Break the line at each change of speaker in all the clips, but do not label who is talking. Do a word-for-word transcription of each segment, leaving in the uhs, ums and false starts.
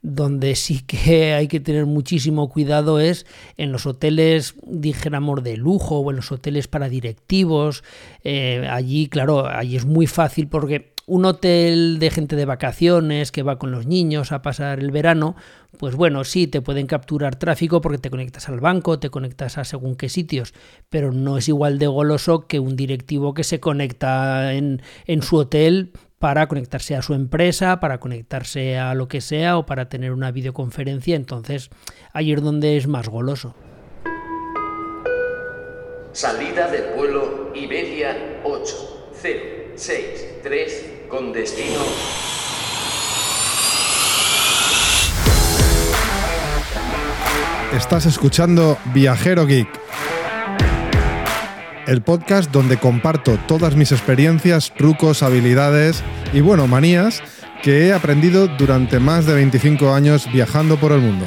Donde sí que hay que tener muchísimo cuidado es en los hoteles, dijéramos, de lujo o en los hoteles para directivos. Eh, allí, claro, allí es muy fácil porque un hotel de gente de vacaciones que va con los niños a pasar el verano, pues bueno, sí, te pueden capturar tráfico porque te conectas al banco, te conectas a según qué sitios, pero no es igual de goloso que un directivo que se conecta en, en su hotel para conectarse a su empresa, para conectarse a lo que sea o para tener una videoconferencia. Entonces ahí es donde es más goloso.
Salida del vuelo Iberia ocho cero seis tres con destino...
Estás escuchando Viajero Geek, el podcast donde comparto todas mis experiencias, trucos, habilidades y, bueno, manías que he aprendido durante más de veinticinco años viajando por el mundo.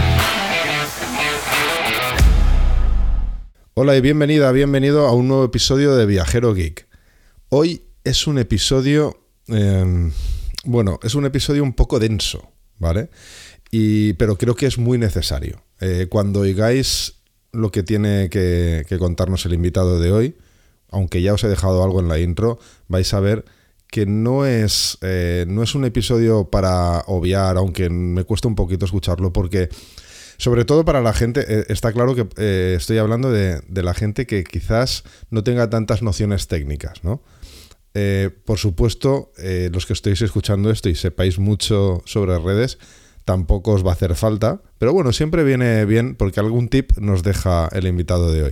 Hola y bienvenida, bienvenido a un nuevo episodio de Viajero Geek. Hoy es un episodio, eh, bueno, es un episodio un poco denso, ¿vale? Y, pero creo que es muy necesario. Eh, cuando oigáis lo que tiene que, que contarnos el invitado de hoy, aunque ya os he dejado algo en la intro, vais a ver que no es, eh, no es un episodio para obviar, aunque me cuesta un poquito escucharlo, porque sobre todo para la gente, eh, está claro que eh, estoy hablando de, de la gente que quizás no tenga tantas nociones técnicas, ¿no? Eh, por supuesto, eh, los que estéis escuchando esto y sepáis mucho sobre redes, tampoco os va a hacer falta, pero bueno, siempre viene bien porque algún tip nos deja el invitado de hoy.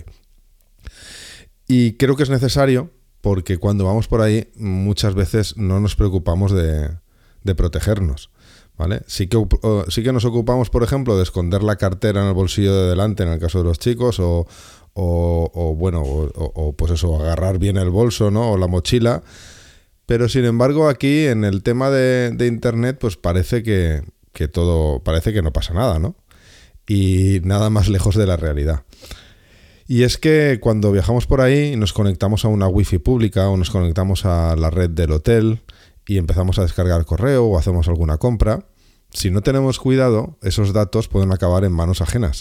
Y creo que es necesario porque cuando vamos por ahí muchas veces no nos preocupamos de, de protegernos, ¿vale? Sí que, sí que nos ocupamos, por ejemplo, de esconder la cartera en el bolsillo de delante en el caso de los chicos o, o, o bueno, o, o pues eso, agarrar bien el bolso, ¿no? O la mochila. Pero sin embargo aquí en el tema de, de internet pues parece que que todo parece que no pasa nada, ¿no? Y nada más lejos de la realidad. Y es que cuando viajamos por ahí y nos conectamos a una wifi pública o nos conectamos a la red del hotel y empezamos a descargar correo o hacemos alguna compra, si no tenemos cuidado, esos datos pueden acabar en manos ajenas.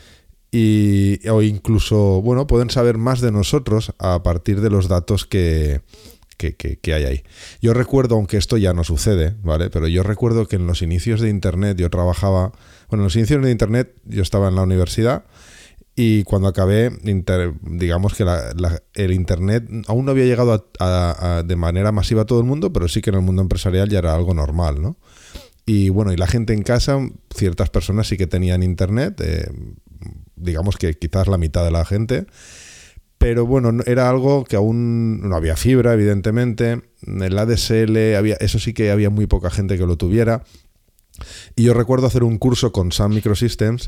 Y, o incluso, bueno, pueden saber más de nosotros a partir de los datos que... Que, que, que hay ahí. Yo recuerdo, aunque esto ya no sucede, ¿vale? Pero yo recuerdo que en los inicios de Internet yo trabajaba... Bueno, en los inicios de Internet yo estaba en la universidad y cuando acabé, inter, digamos que la, la, el Internet aún no había llegado a, a, a, de manera masiva a todo el mundo, pero sí que en el mundo empresarial ya era algo normal, ¿no? Y bueno, y la gente en casa, ciertas personas sí que tenían Internet, eh, digamos que quizás la mitad de la gente... Pero bueno, era algo que aún no había fibra, evidentemente. El A D S L, había, eso sí que había muy poca gente que lo tuviera. Y yo recuerdo hacer un curso con Sun Microsystems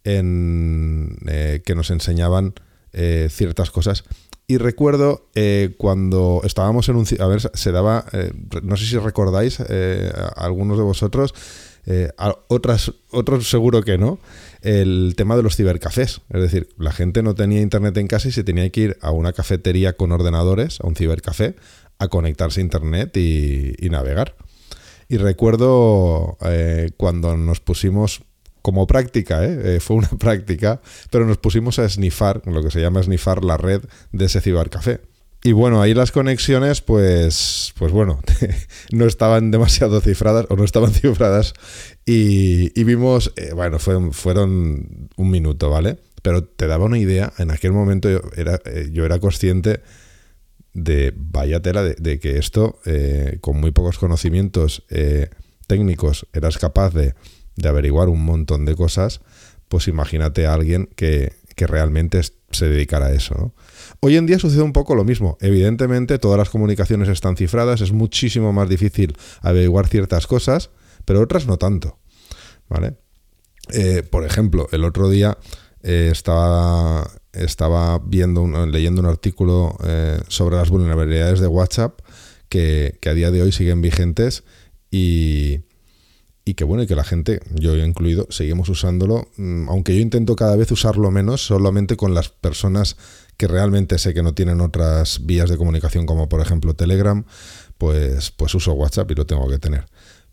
en, eh, que nos enseñaban eh, ciertas cosas. Y recuerdo eh, cuando estábamos en un... A ver, se daba... Eh, no sé si recordáis, eh, a algunos de vosotros... Eh, a otras, otros seguro que no, el tema de los cibercafés. Es decir, la gente no tenía internet en casa y se tenía que ir a una cafetería con ordenadores, a un cibercafé, a conectarse a internet y, y navegar. Y recuerdo eh, cuando nos pusimos, como práctica, ¿eh? Eh, fue una práctica, pero nos pusimos a snifar, lo que se llama snifar la red de ese cibercafé. Y bueno, ahí las conexiones, pues, pues bueno, no estaban demasiado cifradas o no estaban cifradas y, y vimos, eh, bueno, fue, fueron un minuto, ¿vale? Pero te daba una idea, en aquel momento yo era, eh, yo era consciente de, vaya tela, de, de que esto, eh, con muy pocos conocimientos eh, técnicos, eras capaz de, de averiguar un montón de cosas, pues imagínate a alguien que, que realmente se dedicara a eso, ¿no? Hoy en día sucede un poco lo mismo. Evidentemente, todas las comunicaciones están cifradas, es muchísimo más difícil averiguar ciertas cosas, pero otras no tanto, ¿vale? Eh, por ejemplo, el otro día eh, estaba, estaba viendo un, leyendo un artículo eh, sobre las vulnerabilidades de WhatsApp que, que a día de hoy siguen vigentes y... Y que bueno, y que la gente, yo incluido, seguimos usándolo, aunque yo intento cada vez usarlo menos, solamente con las personas que realmente sé que no tienen otras vías de comunicación, como por ejemplo Telegram, pues, pues uso WhatsApp y lo tengo que tener.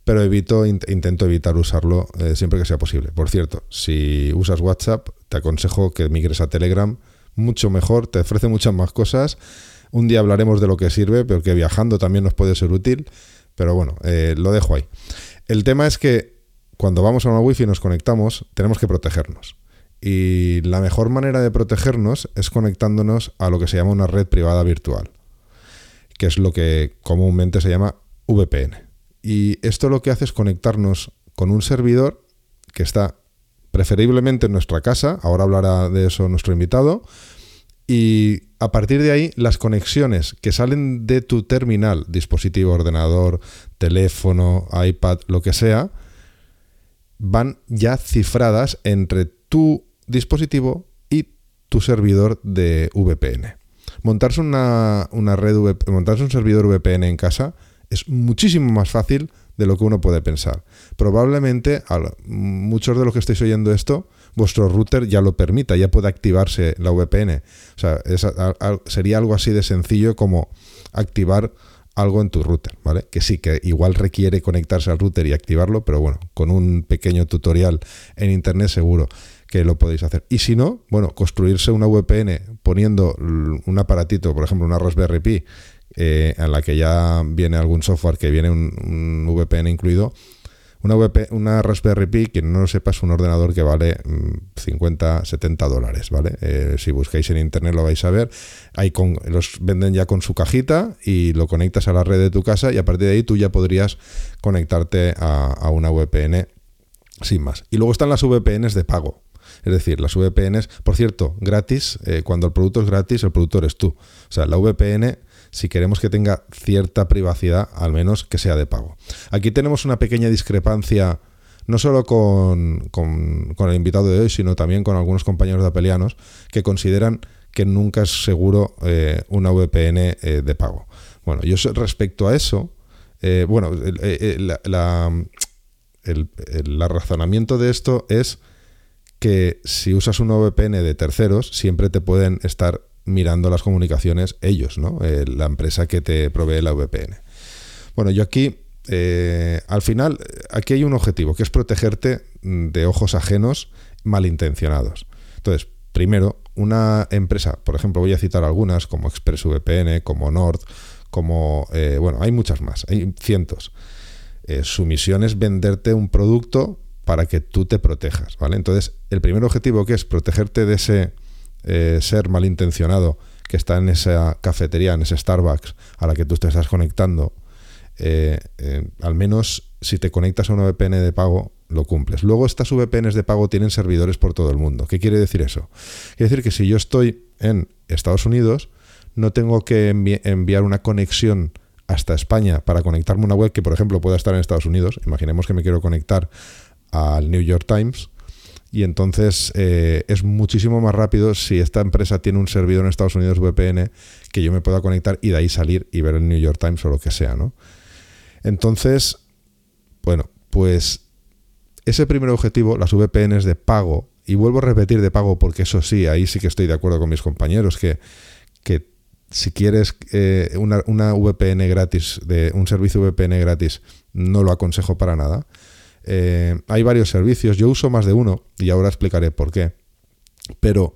pero evito, in, intento evitar usarlo eh, siempre que sea posible. Por cierto, si usas WhatsApp, te aconsejo que migres a Telegram, mucho mejor, te ofrece muchas más cosas. Un día hablaremos de lo que sirve, porque viajando también nos puede ser útil, pero bueno, eh, lo dejo ahí. El tema es que cuando vamos a una wifi y nos conectamos, tenemos que protegernos. Y la mejor manera de protegernos es conectándonos a lo que se llama una red privada virtual, que es lo que comúnmente se llama V P N. Y esto lo que hace es conectarnos con un servidor que está preferiblemente en nuestra casa, ahora hablará de eso nuestro invitado, y a partir de ahí las conexiones que salen de tu terminal, dispositivo, ordenador, teléfono, iPad, lo que sea, van ya cifradas entre tu dispositivo y tu servidor de V P N. Montarse una, una red V, montarse un servidor V P N en casa es muchísimo más fácil de lo que uno puede pensar. Probablemente a muchos de los que estáis oyendo esto, vuestro router ya lo permita, ya puede activarse la V P N. O sea, es, a, a, sería algo así de sencillo como activar algo en tu router, ¿vale? Que sí, que igual requiere conectarse al router y activarlo, pero bueno, con un pequeño tutorial en internet seguro que lo podéis hacer. Y si no, bueno, construirse una V P N poniendo un aparatito, por ejemplo, una Raspberry Pi, eh, en la que ya viene algún software que viene un, un V P N incluido. Una, V P, una Raspberry Pi, quien no lo sepa, es un ordenador que vale cincuenta, setenta dólares, ¿vale? Eh, si buscáis en internet lo vais a ver. Ahí con, los venden ya con su cajita y lo conectas a la red de tu casa y a partir de ahí tú ya podrías conectarte a, a una V P N sin más. Y luego están las V P Ns de pago. Es decir, las V P Ns, por cierto, gratis, eh, cuando el producto es gratis, el producto eres tú. O sea, la V P N, si queremos que tenga cierta privacidad, al menos que sea de pago. Aquí tenemos una pequeña discrepancia, no solo con, con, con el invitado de hoy, sino también con algunos compañeros de Apelianos, que consideran que nunca es seguro eh, una V P N eh, de pago. Bueno, yo respecto a eso, eh, bueno, el, el, la, la, el, el, el razonamiento de esto es que si usas una V P N de terceros, siempre te pueden estar mirando las comunicaciones ellos, ¿no? Eh, la empresa que te provee la V P N. Bueno, yo aquí, eh, al final, aquí hay un objetivo, que es protegerte de ojos ajenos malintencionados. Entonces, primero, una empresa, por ejemplo, voy a citar algunas, como ExpressVPN, como Nord, como, eh, bueno, hay muchas más, hay cientos. Eh, su misión es venderte un producto para que tú te protejas, ¿vale? Entonces, el primer objetivo, que es protegerte de ese eh, ser malintencionado que está en esa cafetería, en ese Starbucks a la que tú te estás conectando, eh, eh, al menos si te conectas a una V P N de pago, lo cumples. Luego, estas V P Ns de pago tienen servidores por todo el mundo. ¿Qué quiere decir eso? Quiere decir que si yo estoy en Estados Unidos, no tengo que envi- enviar una conexión hasta España para conectarme a una web que, por ejemplo, pueda estar en Estados Unidos. Imaginemos que me quiero conectar al New York Times y entonces eh, es muchísimo más rápido si esta empresa tiene un servidor en Estados Unidos V P N que yo me pueda conectar y de ahí salir y ver el New York Times o lo que sea, ¿no? Entonces, bueno, pues ese primer objetivo, las V P Ns de pago, y vuelvo a repetir de pago porque eso sí, ahí sí que estoy de acuerdo con mis compañeros, que, que si quieres eh, una, una V P N gratis, de un servicio V P N gratis, no lo aconsejo para nada. Eh, hay varios servicios, yo uso más de uno y ahora explicaré por qué, pero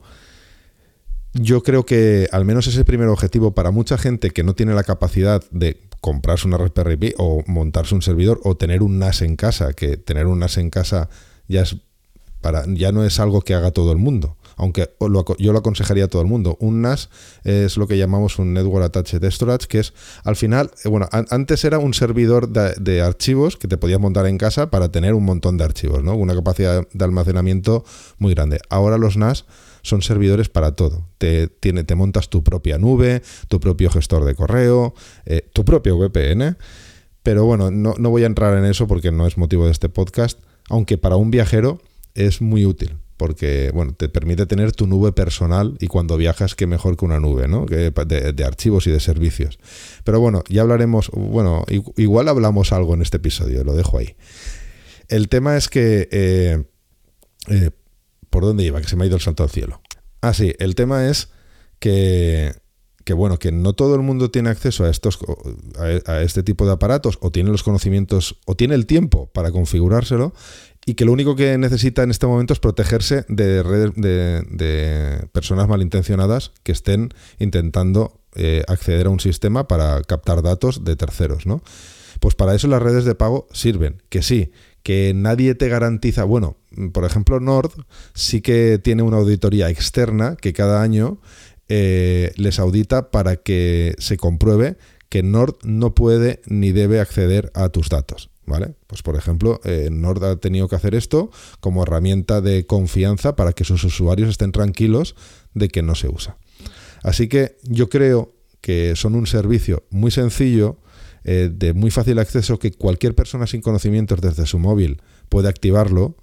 yo creo que al menos ese primer objetivo para mucha gente que no tiene la capacidad de comprarse una Raspberry Pi o montarse un servidor o tener un N A S en casa, que tener un N A S en casa ya es para, ya no es algo que haga todo el mundo, aunque lo, yo lo aconsejaría a todo el mundo. Un N A S es lo que llamamos un Network Attached Storage, que es, al final, bueno, an- antes era un servidor de, de archivos que te podías montar en casa para tener un montón de archivos, ¿no? Una capacidad de almacenamiento muy grande. Ahora los N A S son servidores para todo. Te, tiene, te montas tu propia nube, tu propio gestor de correo, eh, tu propio V P N, pero bueno, no, no voy a entrar en eso porque no es motivo de este podcast, aunque para un viajero es muy útil, porque bueno, te permite tener tu nube personal y cuando viajas, qué mejor que una nube, ¿no? Que de, de archivos y de servicios. Pero bueno, ya hablaremos, bueno, igual hablamos algo en este episodio, lo dejo ahí. El tema es que, eh, eh, ¿por dónde iba? Que se me ha ido el santo al cielo. Ah, sí, el tema es que que bueno, que no todo el mundo tiene acceso a estos a, a este tipo de aparatos, o tiene los conocimientos, o tiene el tiempo para configurárselo, y que lo único que necesita en este momento es protegerse de redes de, de personas malintencionadas que estén intentando eh, acceder a un sistema para captar datos de terceros, ¿no? Pues para eso las redes de pago sirven, que sí, que nadie te garantiza. Bueno, por ejemplo, Nord sí que tiene una auditoría externa que cada año eh, les audita para que se compruebe que Nord no puede ni debe acceder a tus datos, ¿vale? Pues por ejemplo, eh, Nord ha tenido que hacer esto como herramienta de confianza para que sus usuarios estén tranquilos de que no se usa. Así que yo creo que son un servicio muy sencillo, eh, de muy fácil acceso, que cualquier persona sin conocimientos desde su móvil puede activarlo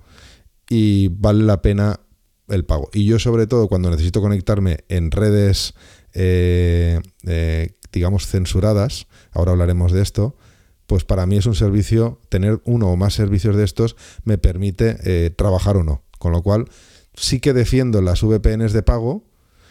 y vale la pena el pago. Y yo, sobre todo, cuando necesito conectarme en redes, eh, eh, digamos, censuradas, ahora hablaremos de esto, pues para mí es un servicio, tener uno o más servicios de estos me permite eh, trabajar o no. Con lo cual, sí que defiendo las V P Ns de pago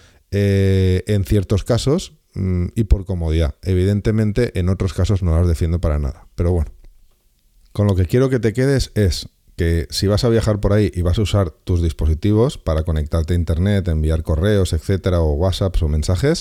eh, en ciertos casos, y por comodidad. Evidentemente, en otros casos no las defiendo para nada. Pero bueno, con lo que quiero que te quedes es que si vas a viajar por ahí y vas a usar tus dispositivos para conectarte a internet, enviar correos, etcétera, o WhatsApps o mensajes,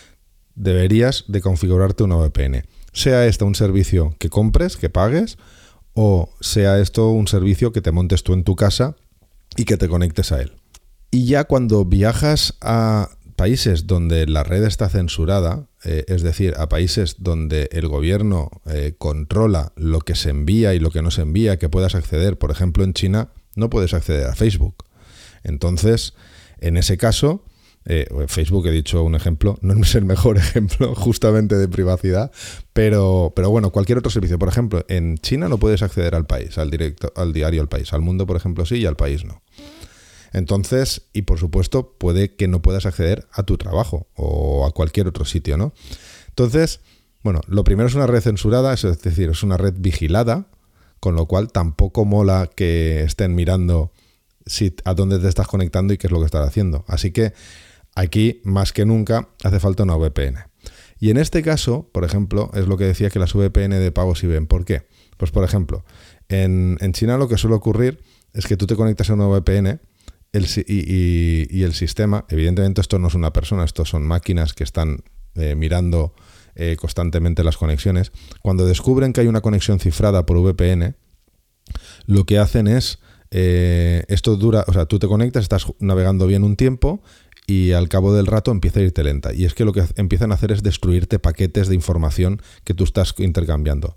deberías de configurarte una V P N. Sea esto un servicio que compres, que pagues, o sea esto un servicio que te montes tú en tu casa y que te conectes a él. Y ya cuando viajas a países donde la red está censurada, eh, es decir, a países donde el gobierno eh, controla lo que se envía y lo que no se envía, que puedas acceder, por ejemplo, en China no puedes acceder a Facebook. Entonces, en ese caso, eh, Facebook, he dicho un ejemplo, no es el mejor ejemplo justamente de privacidad, pero, pero bueno, cualquier otro servicio. Por ejemplo, en China no puedes acceder al país, al directo, al diario El País. Al Mundo, por ejemplo, sí, y al País no. Entonces, y por supuesto, puede que no puedas acceder a tu trabajo o a cualquier otro sitio, ¿no? Entonces, bueno, lo primero es una red censurada, es decir, es una red vigilada, con lo cual tampoco mola que estén mirando si, a dónde te estás conectando y qué es lo que estás haciendo. Así que aquí, más que nunca, hace falta una V P N. Y en este caso, por ejemplo, es lo que decía que las V P N de pago sirven. ¿Por qué? Pues, por ejemplo, en, en China lo que suele ocurrir es que tú te conectas a una V P N el, y, y, y el sistema, evidentemente esto no es una persona, estos son máquinas que están eh, mirando eh, constantemente las conexiones. Cuando descubren que hay una conexión cifrada por V P N, lo que hacen es, eh, esto dura, o sea, tú te conectas, estás navegando bien un tiempo y al cabo del rato empieza a irte lenta. Y es que lo que empiezan a hacer es destruirte paquetes de información que tú estás intercambiando.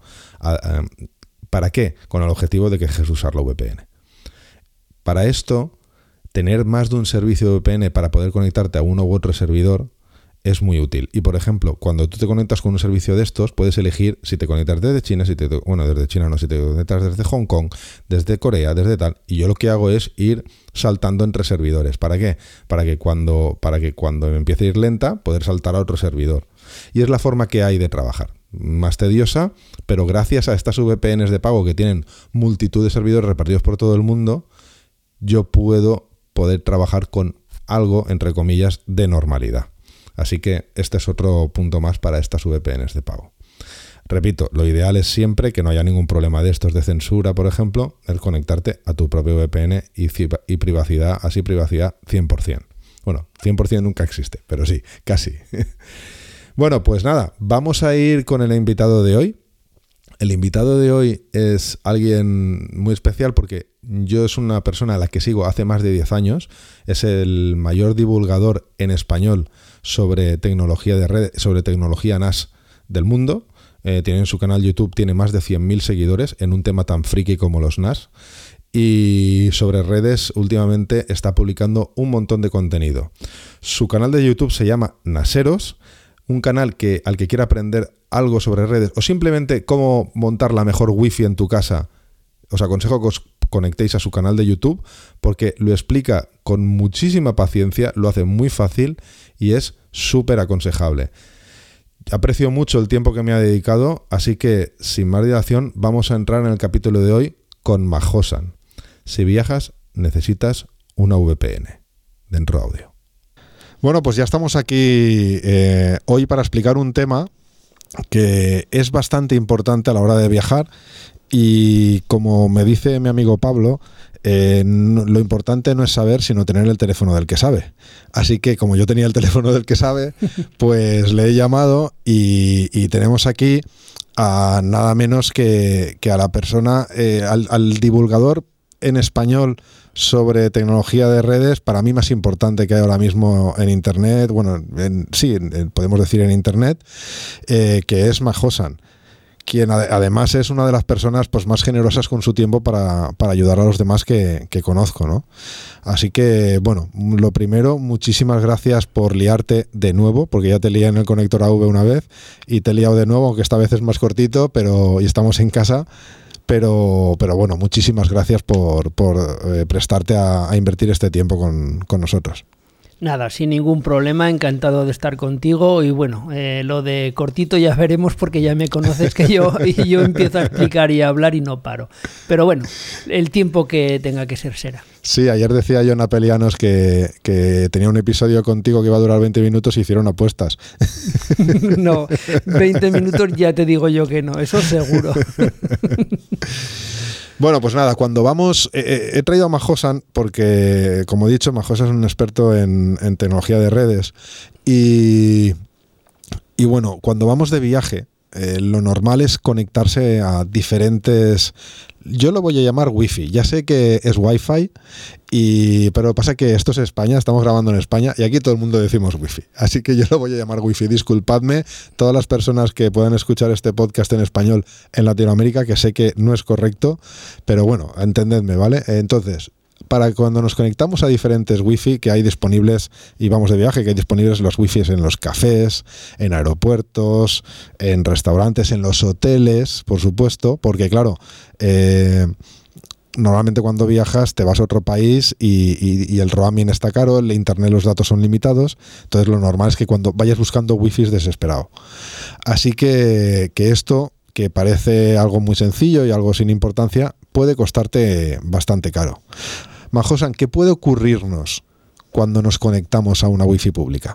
¿Para qué? Con el objetivo de que dejes de usar la V P N. Para esto, tener más de un servicio de V P N para poder conectarte a uno u otro servidor es muy útil. Y por ejemplo, cuando tú te conectas con un servicio de estos, puedes elegir si te conectas desde China, si te, bueno, desde China no, si te conectas desde Hong Kong, desde Corea, desde tal. Y yo lo que hago es ir saltando entre servidores. ¿Para qué? Para que cuando, para que cuando me empiece a ir lenta, poder saltar a otro servidor. Y es la forma que hay de trabajar. Más tediosa, pero gracias a estas V P Ns de pago que tienen multitud de servidores repartidos por todo el mundo, yo puedo poder trabajar con algo, entre comillas, de normalidad. Así que este es otro punto más para estas V P Ns de pago. Repito, lo ideal es siempre que no haya ningún problema de estos de censura, por ejemplo, el conectarte a tu propio V P N y, y privacidad, así privacidad cien por ciento. Bueno, cien por ciento nunca existe, pero sí, casi. Bueno, pues nada, vamos a ir con el invitado de hoy. El invitado de hoy es alguien muy especial porque yo es una persona a la que sigo hace más de diez años. Es el mayor divulgador en español sobre tecnología de red, sobre tecnología N A S del mundo. Eh, tiene en su canal YouTube, tiene más de cien mil seguidores en un tema tan friki como los N A S. Y sobre redes últimamente está publicando un montón de contenido. Su canal de YouTube se llama Naseros. Un canal que al que quiera aprender algo sobre redes o simplemente cómo montar la mejor wifi en tu casa, os aconsejo que os conectéis a su canal de YouTube porque lo explica con muchísima paciencia, lo hace muy fácil y es súper aconsejable. Aprecio mucho el tiempo que me ha dedicado, así que sin más dilación vamos a entrar en el capítulo de hoy con Majosan. Si viajas, necesitas una V P N. Dentro audio. Bueno, pues ya estamos aquí eh, hoy para explicar un tema que es bastante importante a la hora de viajar y, como me dice mi amigo Pablo, eh, no, lo importante no es saber, sino tener el teléfono del que sabe. Así que, como yo tenía el teléfono del que sabe, pues le he llamado y, y tenemos aquí a nada menos que, que a la persona, eh, al, al divulgador en español sobre tecnología de redes, para mí más importante que hay ahora mismo en Internet, bueno, en, sí, en, podemos decir en Internet, eh, que es Majosan, quien ad- además es una de las personas pues más generosas con su tiempo para, para ayudar a los demás que, que conozco, ¿no? Así que, bueno, lo primero, muchísimas gracias por liarte de nuevo, porque ya te lié en el conector A V una vez y te he liado de nuevo, aunque esta vez es más cortito, pero y estamos en casa. Pero, pero bueno, muchísimas gracias por, por eh, prestarte a, a invertir este tiempo con, con nosotros.
Nada, sin ningún problema, encantado de estar contigo y bueno, eh, lo de cortito ya veremos porque ya me conoces que yo, y yo empiezo a explicar y a hablar y no paro. Pero bueno, el tiempo que tenga que ser será.
Sí, ayer decía yo en Apelianos que, que tenía un episodio contigo que iba a durar veinte minutos y hicieron apuestas.
No, veinte minutos ya te digo yo que no, eso seguro.
Bueno, pues nada, cuando vamos, eh, he traído a Majosan porque, como he dicho, Majosan es un experto en, en tecnología de redes y, y bueno, cuando vamos de viaje, eh, lo normal es conectarse a diferentes, yo lo voy a llamar wifi, ya sé que es wifi, y, pero pasa que esto es España, estamos grabando en España y aquí todo el mundo decimos wifi, así que yo lo voy a llamar wifi. Disculpadme todas las personas que puedan escuchar este podcast en español en Latinoamérica, que sé que no es correcto, pero bueno, entendedme, ¿vale? Entonces, para cuando nos conectamos a diferentes wifi que hay disponibles y vamos de viaje, que hay disponibles los wifis en los cafés, en aeropuertos, en restaurantes, en los hoteles, por supuesto, porque claro, eh, normalmente cuando viajas te vas a otro país y, y, y el roaming está caro, el internet, los datos son limitados, entonces lo normal es que cuando vayas buscando wifi es desesperado. Así que, que esto, que parece algo muy sencillo y algo sin importancia, puede costarte bastante caro. Majosan, ¿qué puede ocurrirnos cuando nos conectamos a una wifi pública?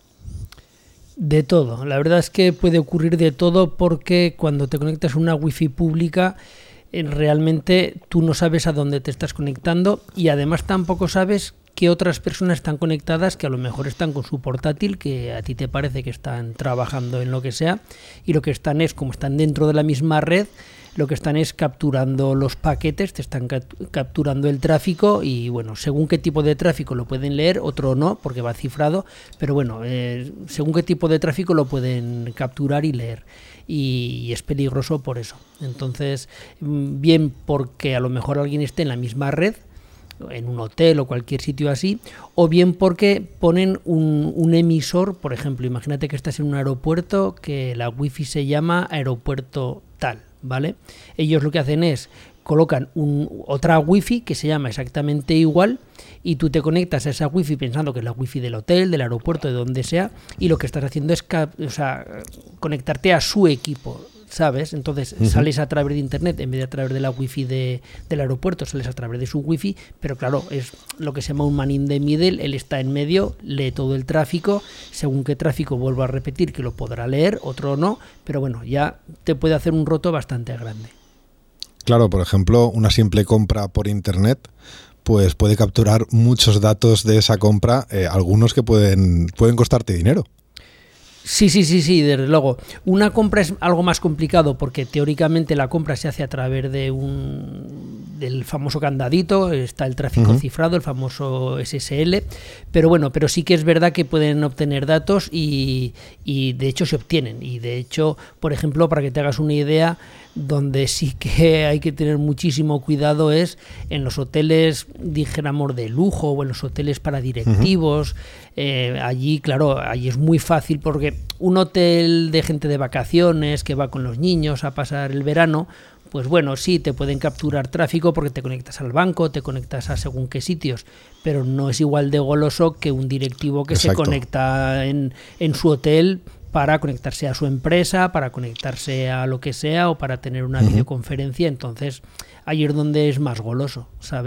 De todo, la verdad es que puede ocurrir de todo porque cuando te conectas a una wifi pública realmente tú no sabes a dónde te estás conectando y además tampoco sabes que otras personas están conectadas que a lo mejor están con su portátil, que a ti te parece que están trabajando en lo que sea y lo que están es, como están dentro de la misma red, lo que están es capturando los paquetes, te están capturando el tráfico y bueno, según qué tipo de tráfico lo pueden leer, otro no, porque va cifrado, pero bueno, eh, según qué tipo de tráfico lo pueden capturar y leer. Y, y es peligroso por eso. Entonces, bien porque a lo mejor alguien esté en la misma red, en un hotel o cualquier sitio así, o bien porque ponen un, un emisor, por ejemplo, imagínate que estás en un aeropuerto que la wifi se llama aeropuerto tal, ¿vale? Ellos lo que hacen es colocan un, otra wifi que se llama exactamente igual y tú te conectas a esa wifi pensando que es la wifi del hotel, del aeropuerto, de donde sea, y lo que estás haciendo es cap- o sea, conectarte a su equipo, ¿sabes? Entonces uh-huh. sales a través de internet en vez de a través de la wifi de, del aeropuerto, sales a través de su wifi, pero claro, es lo que se llama un man in the middle, él está en medio, lee todo el tráfico, según qué tráfico, vuelvo a repetir que lo podrá leer, otro no, pero bueno, ya te puede hacer un roto bastante grande.
Claro, por ejemplo, una simple compra por internet pues puede capturar muchos datos de esa compra, eh, algunos que pueden, pueden costarte dinero.
Sí, sí, sí, sí, desde luego. Una compra es algo más complicado porque teóricamente la compra se hace a través de un del famoso candadito, está el tráfico uh-huh. cifrado, el famoso S S L, pero bueno, pero sí que es verdad que pueden obtener datos y, y de hecho se obtienen. Y de hecho, por ejemplo, para que te hagas una idea, donde sí que hay que tener muchísimo cuidado es en los hoteles, dijéramos, de lujo o en los hoteles para directivos. Uh-huh. Eh, allí, claro, allí es muy fácil porque un hotel de gente de vacaciones que va con los niños a pasar el verano, pues bueno, sí, te pueden capturar tráfico porque te conectas al banco, te conectas a según qué sitios, pero no es igual de goloso que un directivo que Exacto. se conecta en, en su hotel para conectarse a su empresa, para conectarse a lo que sea o para tener una uh-huh. videoconferencia. Entonces, ahí es donde es más goloso, ¿sabes?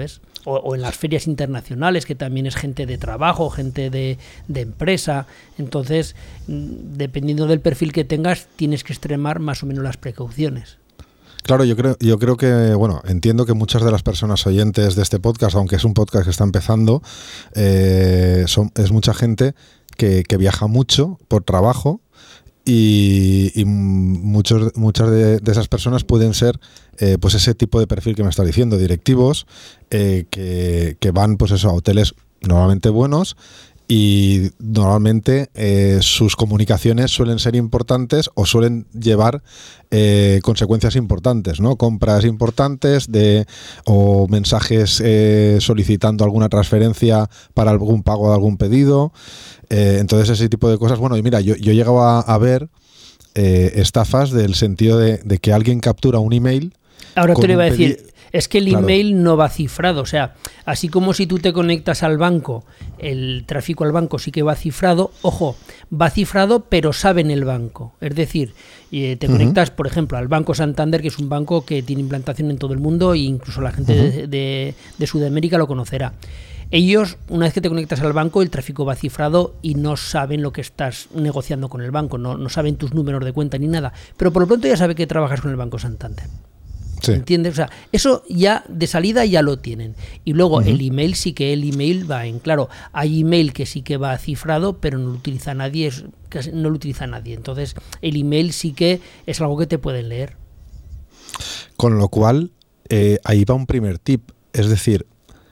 o, o en las ferias internacionales, que también es gente de trabajo, gente de, de empresa. Entonces, dependiendo del perfil que tengas, tienes que extremar más o menos las precauciones.
Claro, yo creo, yo creo que, bueno, entiendo que muchas de las personas oyentes de este podcast, aunque es un podcast que está empezando, eh, son, es mucha gente que, que viaja mucho por trabajo y, y muchos, muchas de, de esas personas pueden ser eh, pues ese tipo de perfil que me estás diciendo, directivos eh, que, que van pues eso, a hoteles normalmente buenos. Y normalmente eh, sus comunicaciones suelen ser importantes o suelen llevar eh, consecuencias importantes, ¿no? Compras importantes de o mensajes eh, solicitando alguna transferencia para algún pago de algún pedido. Eh, entonces ese tipo de cosas. Bueno, y mira, yo, yo he llegado a, a ver eh, estafas del sentido de, de que alguien captura un email.
Ahora te lo iba a decir.
Pedi-
Es que el
Claro.
email no va cifrado, o sea, así como si tú te conectas al banco, el tráfico al banco sí que va cifrado, ojo, va cifrado pero sabe en el banco, es decir, eh, te
Uh-huh.
conectas, por ejemplo, al Banco Santander, que es un banco que tiene implantación en todo el mundo e incluso la gente
Uh-huh.
de, de, de Sudamérica lo conocerá. Ellos, una vez que te conectas al banco, el tráfico va cifrado y no saben lo que estás negociando con el banco, no, no saben tus números de cuenta ni nada, pero por lo pronto ya sabe que trabajas con el Banco Santander.
Sí.
¿Entiendes? O sea, eso ya de salida ya lo tienen. Y luego
Uh-huh.
el email sí que el email va en claro. Hay email que sí que va cifrado, pero no lo utiliza nadie, es, casi no lo utiliza nadie. Entonces, el email sí que es algo que te pueden leer.
Con lo cual, eh, ahí va un primer tip. Es decir,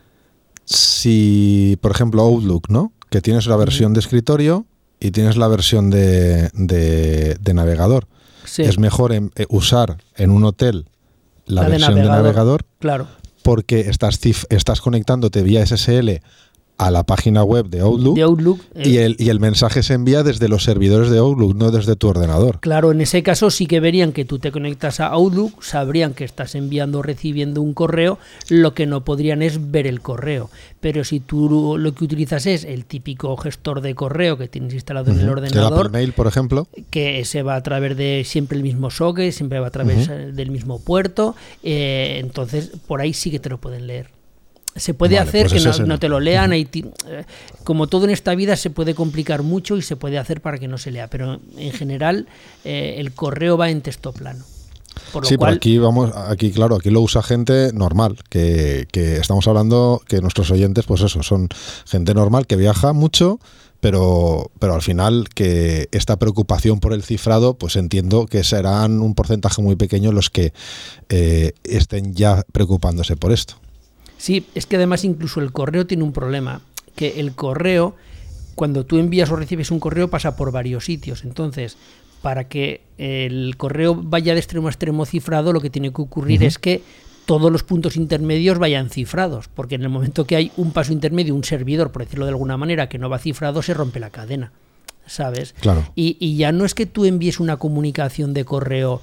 si, por ejemplo, Outlook, ¿no? Que tienes la versión uh-huh. de escritorio y tienes la versión de, de, de navegador.
Sí.
Es mejor en, eh, usar en un hotel la, la versión de navegador, de navegador
claro.
porque estás, cif- estás conectándote vía S S L a la página web de Outlook,
de Outlook eh,
y, el, y el mensaje se envía desde los servidores de Outlook, no desde tu ordenador.
Claro, en ese caso sí que verían que tú te conectas a Outlook, sabrían que estás enviando o recibiendo un correo, lo que no podrían es ver el correo. Pero si tú lo que utilizas es el típico gestor de correo que tienes instalado uh-huh. en el ordenador,
el Apple Mail, por ejemplo,
que se va a través de siempre el mismo socket, siempre va a través uh-huh. del mismo puerto, eh, entonces por ahí sí que te lo pueden leer. Se puede vale, hacer pues que no, no te lo lean, uh-huh. y, eh, como todo en esta vida se puede complicar mucho y se puede hacer para que no se lea, pero en general eh, el correo va en texto plano. Por lo
sí,
cual,
pero aquí vamos, aquí claro, aquí lo usa gente normal, que, que estamos hablando que nuestros oyentes, pues eso, son gente normal que viaja mucho, pero, pero al final que esta preocupación por el cifrado, pues entiendo que serán un porcentaje muy pequeño los que eh, estén ya preocupándose por esto.
Sí, es que además incluso el correo tiene un problema, que el correo, cuando tú envías o recibes un correo, pasa por varios sitios. Entonces, para que el correo vaya de extremo a extremo cifrado, lo que tiene que ocurrir uh-huh. es que todos los puntos intermedios vayan cifrados, porque en el momento que hay un paso intermedio, un servidor, por decirlo de alguna manera, que no va cifrado, se rompe la cadena, ¿sabes?
Claro.
Y, y ya no es que tú envíes una comunicación de correo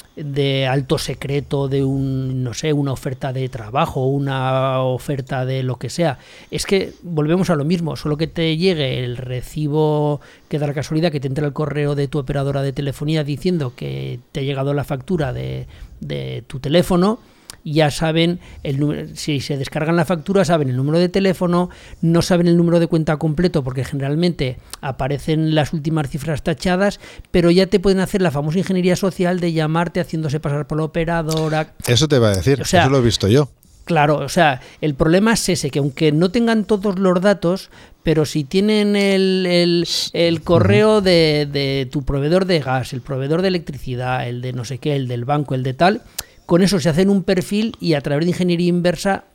de alto secreto, de un, no sé, una oferta de trabajo, una oferta de lo que sea. Es que volvemos a lo mismo, solo que te llegue el recibo, que da la casualidad que te entre el correo de tu operadora de telefonía diciendo que te ha llegado la factura de, de tu teléfono, ya saben el número, si se descargan la factura saben el número de teléfono, no saben el número de cuenta completo porque generalmente aparecen las últimas cifras tachadas, pero ya te pueden hacer la famosa ingeniería social de llamarte haciéndose pasar por la operadora.
Eso te iba a decir, o sea, eso lo he visto yo.
Claro, o sea, el problema es ese, que aunque no tengan todos los datos, pero si tienen el, el, el correo de, de tu proveedor de gas, el proveedor de electricidad, el de no sé qué, el del banco, el de tal, con eso se hacen un perfil y a través de ingeniería inversa,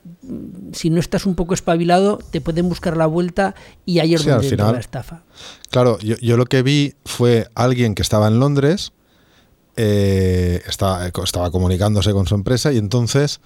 si no estás un poco espabilado, te pueden buscar la vuelta y ahí es sí, donde entra la estafa.
Claro, yo, yo lo que vi fue alguien que estaba en Londres, eh, estaba, estaba comunicándose con su empresa y entonces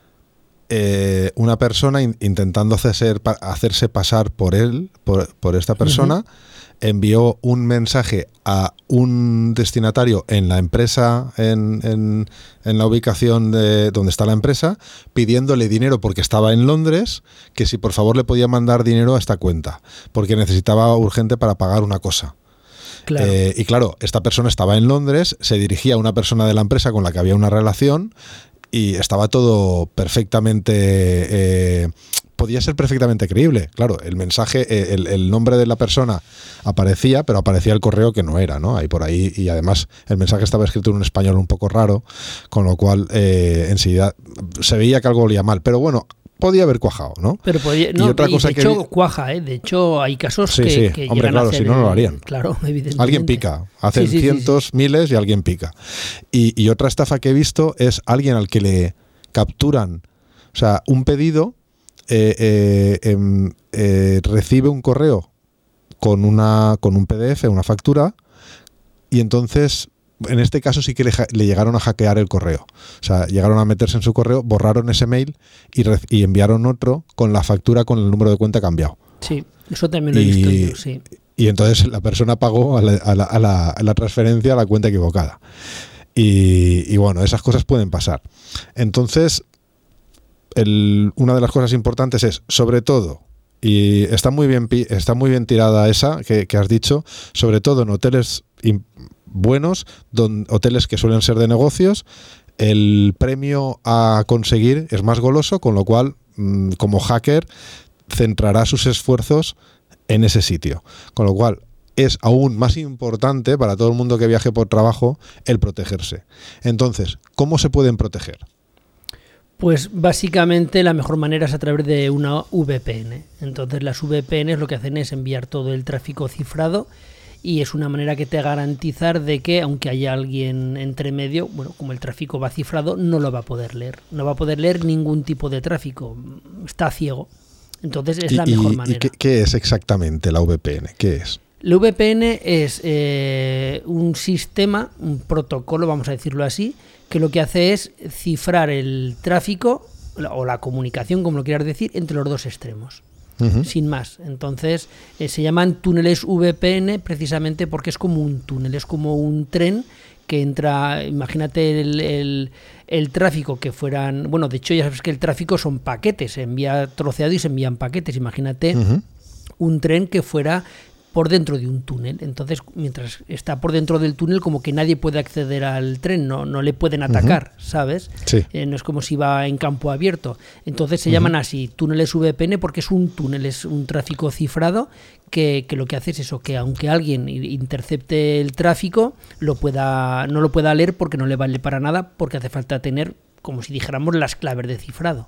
eh, una persona in, intentando hacerse, hacerse pasar por él, por, por esta persona, uh-huh. envió un mensaje a un destinatario en la empresa, en, en, en la ubicación de donde está la empresa, pidiéndole dinero porque estaba en Londres, que si por favor le podía mandar dinero a esta cuenta, porque necesitaba urgente para pagar una cosa.
Claro.
Eh, y claro, esta persona estaba en Londres, se dirigía a una persona de la empresa con la que había una relación y estaba todo perfectamente... Eh, podía ser perfectamente creíble. Claro, el mensaje, el, el nombre de la persona aparecía, pero aparecía el correo que no era, ¿no? Ahí por ahí, y además el mensaje estaba escrito en un español un poco raro, con lo cual eh, enseguida se veía que algo olía mal. Pero bueno, podía haber cuajado, ¿no?
Pero podía, no,
y otra
y
cosa
de
que
hecho cuaja, ¿eh? De hecho hay casos
sí,
que,
sí.
que
Hombre,
llegan
claro,
a hacer,
si no, no lo harían.
Claro, evidentemente.
Alguien pica, hacen
sí, sí,
cientos,
sí, sí.
miles y alguien pica. Y, y otra estafa que he visto es alguien al que le capturan, o sea, un pedido, eh, eh, eh, eh, recibe un correo con una con un P D F, una factura, y entonces en este caso sí que le, le llegaron a hackear el correo. O sea, llegaron a meterse en su correo, borraron ese mail y, re, y enviaron otro con la factura con el número de cuenta cambiado.
Sí, eso también lo he y, visto yo, sí.
Y entonces la persona pagó a la, a la, a la, a la transferencia a la cuenta equivocada. Y, y bueno, esas cosas pueden pasar. Entonces, el, una de las cosas importantes es, sobre todo, y está muy bien, está muy bien tirada esa que, que has dicho, sobre todo en hoteles buenos, don, hoteles que suelen ser de negocios, el premio a conseguir es más goloso, con lo cual, mmm, como hacker, centrará sus esfuerzos en ese sitio. Con lo cual, es aún más importante para todo el mundo que viaje por trabajo el protegerse. Entonces, ¿cómo se pueden proteger?
Pues básicamente la mejor manera es a través de una V P N. Entonces las V P Ns lo que hacen es enviar todo el tráfico cifrado y es una manera que te garantizar de que aunque haya alguien entre medio, bueno, como el tráfico va cifrado, no lo va a poder leer. No va a poder leer ningún tipo de tráfico. Está ciego. Entonces es la mejor
y,
manera.
¿Y qué, qué es exactamente la V P N? ¿Qué es?
La V P N es eh, un sistema, un protocolo, vamos a decirlo así, que lo que hace es cifrar el tráfico o la comunicación, como lo quieras decir, entre los dos extremos. Uh-huh. Sin más. Entonces eh, se llaman túneles V P N precisamente porque es como un túnel, es como un tren que entra, imagínate el, el, el tráfico que fueran, bueno, de hecho ya sabes que el tráfico son paquetes, se envía troceado y se envían paquetes, imagínate uh-huh. un tren que fuera por dentro de un túnel. Entonces, mientras está por dentro del túnel, como que nadie puede acceder al tren, no, no le pueden atacar, uh-huh. ¿sabes?
Sí.
Eh, no es como si va en campo abierto. Entonces se uh-huh. llaman así, túneles V P N, porque es un túnel, es un tráfico cifrado que, que lo que hace es eso, que aunque alguien intercepte el tráfico, lo pueda, no lo pueda leer porque no le vale para nada, porque hace falta tener, como si dijéramos, las claves de cifrado.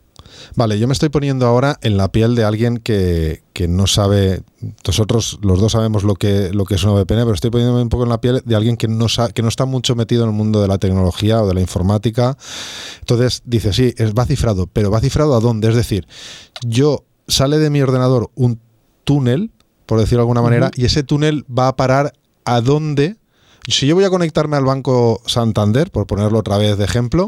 Vale, yo me estoy poniendo ahora en la piel de alguien que, que no sabe, nosotros los dos sabemos lo que, lo que es una V P N, pero estoy poniéndome un poco en la piel de alguien que no, sabe, que no está mucho metido en el mundo de la tecnología o de la informática. Entonces dice, sí, es, va cifrado, pero ¿va cifrado a dónde? Es decir, yo sale de mi ordenador un túnel, por decirlo de alguna manera, uh-huh. y ese túnel va a parar a dónde. Si yo voy a conectarme al Banco Santander, por ponerlo otra vez de ejemplo,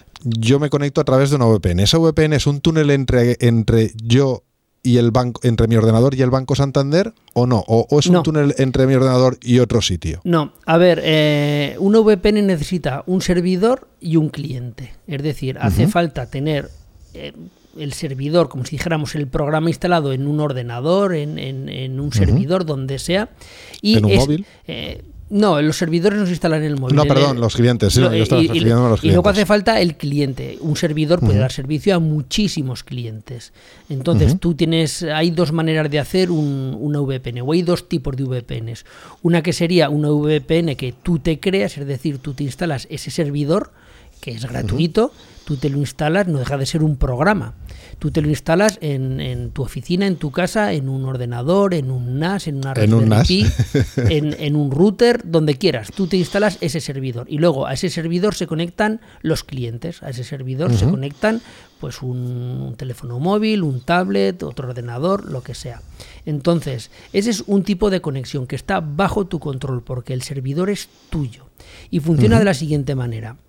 yo me conecto a través de una V P N. Esa V P N es un túnel entre, entre yo y el banco, entre mi ordenador y el Banco Santander, ¿o no? ¿O, o es un
no.
túnel entre mi ordenador y otro sitio?
No, a ver, eh, una V P N necesita un servidor y un cliente. Es decir, hace uh-huh. falta tener eh, el servidor, como si dijéramos el programa instalado en un ordenador, en, en, en un uh-huh. servidor, donde sea. Y
¿En un
es,
móvil?
Eh, No, los servidores no se instalan en el móvil.
No, perdón, el, los clientes. Sí,
lo,
yo estaba
y,
refiriéndome a los clientes.
Y luego hace falta el cliente. Un servidor puede uh-huh. dar servicio a muchísimos clientes. Entonces, uh-huh. tú tienes, hay dos maneras de hacer un, una V P N, o hay dos tipos de V P Ns. Una que sería una V P N que tú te creas, es decir, tú te instalas ese servidor, que es gratuito, uh-huh. tú te lo instalas, no deja de ser un programa. Tú te lo instalas en, en tu oficina, en tu casa, en un ordenador, en un N A S, en una Raspberry Pi, en, en un router, donde quieras. Tú te instalas ese servidor y luego a ese servidor se conectan los clientes. A ese servidor uh-huh. se conectan pues un, un teléfono móvil, un tablet, otro ordenador, lo que sea. Entonces, ese es un tipo de conexión que está bajo tu control porque el servidor es tuyo y funciona uh-huh. de la siguiente manera.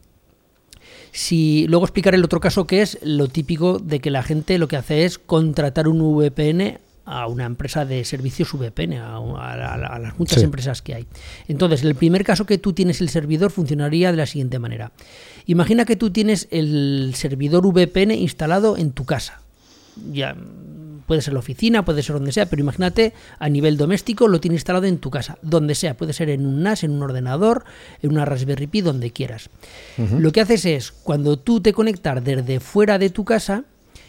Si luego explicaré el otro caso, que es lo típico de que la gente lo que hace es contratar un V P N a una empresa de servicios V P N, a, a, a, a las muchas sí. empresas que hay. Entonces, el primer caso que tú tienes el servidor funcionaría de la siguiente manera. Imagina que tú tienes el servidor V P N instalado en tu casa. Ya puede ser la oficina, puede ser donde sea, pero imagínate a nivel doméstico lo tienes instalado en tu casa, donde sea, puede ser en un N A S, en un ordenador, en una Raspberry Pi, donde quieras. Uh-huh. Lo que haces es, cuando tú te conectas desde fuera de tu casa,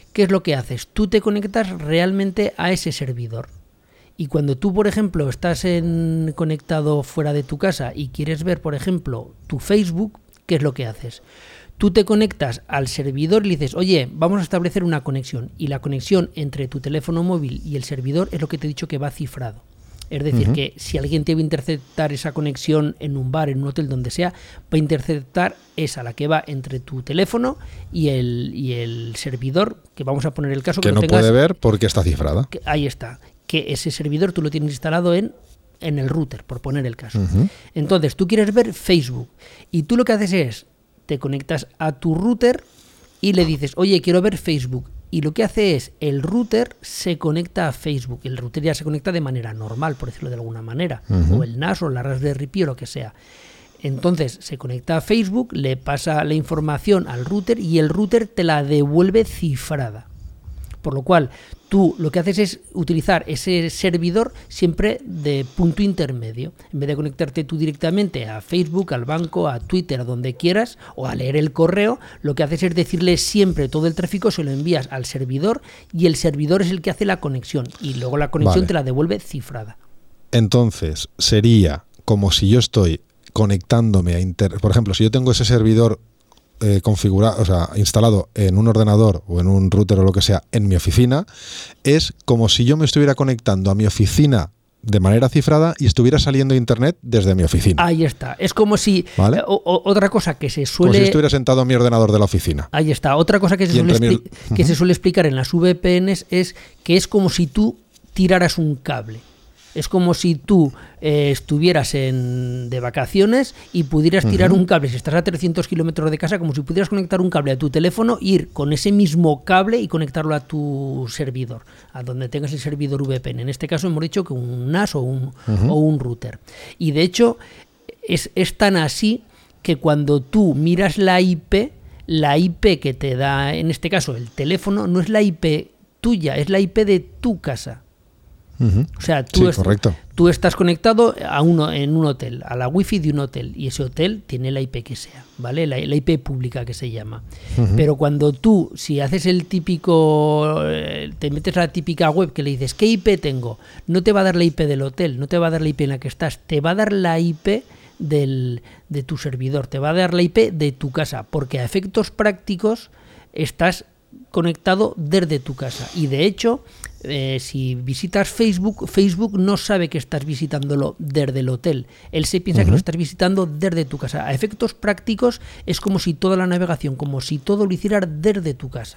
¿qué es lo que haces? Tú te conectas realmente a ese servidor. Y cuando tú, por ejemplo, estás en, conectado fuera de tu casa y quieres ver, por ejemplo, tu Facebook, ¿qué es lo que haces? Tú te conectas al servidor y le dices, oye, vamos a establecer una conexión. Y la conexión entre tu teléfono móvil y el servidor es lo que te he dicho que va cifrado. Es decir, uh-huh. que si alguien te va a interceptar esa conexión en un bar, en un hotel, donde sea, va a interceptar esa, la que va entre tu teléfono y el, y el servidor, que vamos a poner el caso que,
que no
tengas,
puede ver porque está cifrada.
Que, ahí está. Que ese servidor tú lo tienes instalado en, en el router, por poner el caso. Uh-huh. Entonces, tú quieres ver Facebook y tú lo que haces es, te conectas a tu router y le dices, oye, quiero ver Facebook. Y lo que hace es, el router se conecta a Facebook. El router ya se conecta de manera normal, por decirlo de alguna manera. Uh-huh. O el N A S o la Raspberry Pi o lo que sea. Entonces se conecta a Facebook, le pasa la información al router y el router te la devuelve cifrada. Por lo cual, tú lo que haces es utilizar ese servidor siempre de punto intermedio. En vez de conectarte tú directamente a Facebook, al banco, a Twitter, a donde quieras, o a leer el correo, lo que haces es decirle siempre todo el tráfico, se lo envías al servidor y el servidor es el que hace la conexión. Y luego la conexión vale. te la devuelve cifrada.
Entonces, sería como si yo estoy conectándome a Internet. Por ejemplo, si yo tengo ese servidor Eh, configurado, o sea, instalado en un ordenador o en un router o lo que sea en mi oficina, es como si yo me estuviera conectando a mi oficina de manera cifrada y estuviera saliendo internet desde mi oficina.
Ahí está. Es como si ¿vale? eh, o, o, otra cosa que se suele...
Como si estuviera sentado en mi ordenador de la oficina.
Ahí está. Otra cosa que se, suele, expli- mi... que uh-huh. se suele explicar en las V P Ns es que es como si tú tiraras un cable. Es como si tú eh, estuvieras en, de vacaciones y pudieras tirar uh-huh. un cable. Si estás a trescientos kilómetros de casa, como si pudieras conectar un cable a tu teléfono, ir con ese mismo cable y conectarlo a tu servidor, a donde tengas el servidor V P N. En este caso hemos dicho que un N A S o un, uh-huh. o un router. Y de hecho es, es tan así que cuando tú miras la I P, la I P que te da, en este caso el teléfono, no es la I P tuya, es la I P de tu casa.
Uh-huh.
O sea, tú,
sí,
est-
correcto.
tú estás conectado a uno, en un hotel, a la wifi de un hotel, y ese hotel tiene la I P que sea, ¿vale? La, la I P pública que se llama. Uh-huh. Pero cuando tú, si haces el típico, eh, te metes a la típica web que le dices, ¿qué I P tengo? No te va a dar la I P del hotel, no te va a dar la I P en la que estás, te va a dar la I P del, de tu servidor, te va a dar la I P de tu casa, porque a efectos prácticos estás conectado desde tu casa. Y de hecho, eh, si visitas Facebook, Facebook no sabe que estás visitándolo desde el hotel. Él se piensa uh-huh. que lo estás visitando desde tu casa. A efectos prácticos es como si toda la navegación, como si todo lo hicieras desde tu casa.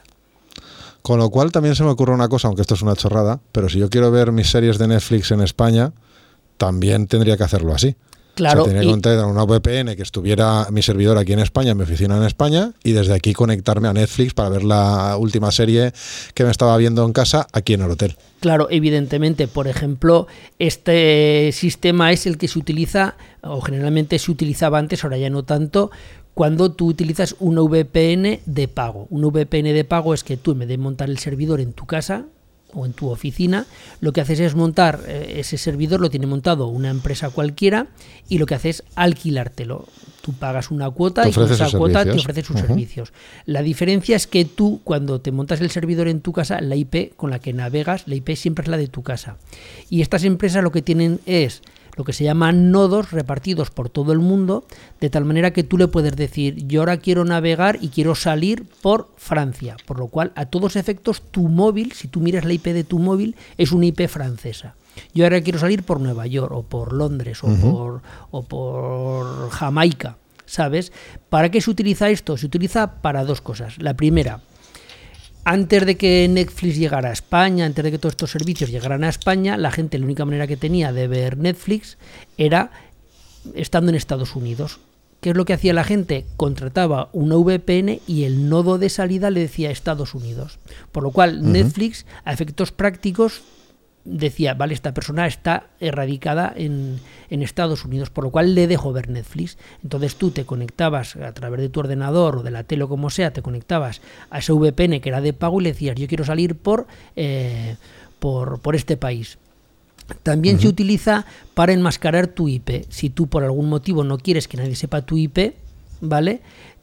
Con lo cual también se me ocurre una cosa, aunque esto es una chorrada, pero si yo quiero ver mis series de Netflix en España, también tendría que hacerlo así.
Claro,
o sea, tenía que conectar una V P N que estuviera mi servidor aquí en España, mi oficina en España, y desde aquí conectarme a Netflix para ver la última serie que me estaba viendo en casa aquí en el hotel.
Claro, evidentemente, por ejemplo, este sistema es el que se utiliza, o generalmente se utilizaba antes, ahora ya no tanto, cuando tú utilizas una V P N de pago. Una V P N de pago es que tú, en vez de montar el servidor en tu casa o en tu oficina, lo que haces es montar eh, ese servidor, lo tiene montado una empresa cualquiera y lo que haces es alquilártelo. Tú pagas una cuota y con esa cuota te ofrece sus uh-huh. servicios. La diferencia es que tú, cuando te montas el servidor en tu casa, la I P con la que navegas, la I P siempre es la de tu casa. Y estas empresas lo que tienen es lo que se llaman nodos repartidos por todo el mundo, de tal manera que tú le puedes decir, yo ahora quiero navegar y quiero salir por Francia, por lo cual a todos efectos tu móvil, si tú miras la I P de tu móvil, es una I P francesa. Yo ahora quiero salir por Nueva York o por Londres o, uh-huh. por, o por Jamaica, ¿sabes? ¿Para qué se utiliza esto? Se utiliza para dos cosas. La primera, antes de que Netflix llegara a España, antes de que todos estos servicios llegaran a España, la gente, la única manera que tenía de ver Netflix era estando en Estados Unidos. ¿Qué es lo que hacía la gente? Contrataba una V P N y el nodo de salida le decía Estados Unidos. Por lo cual uh-huh. Netflix, a efectos prácticos, decía, vale, esta persona está erradicada en, en Estados Unidos, por lo cual le dejo ver Netflix. Entonces tú te conectabas a través de tu ordenador o de la tele o como sea, te conectabas a ese V P N que era de pago y le decías, yo quiero salir por, eh, por, por este país. También uh-huh. se utiliza para enmascarar tu I P. Si tú por algún motivo no quieres que nadie sepa tu I P, ¿vale?,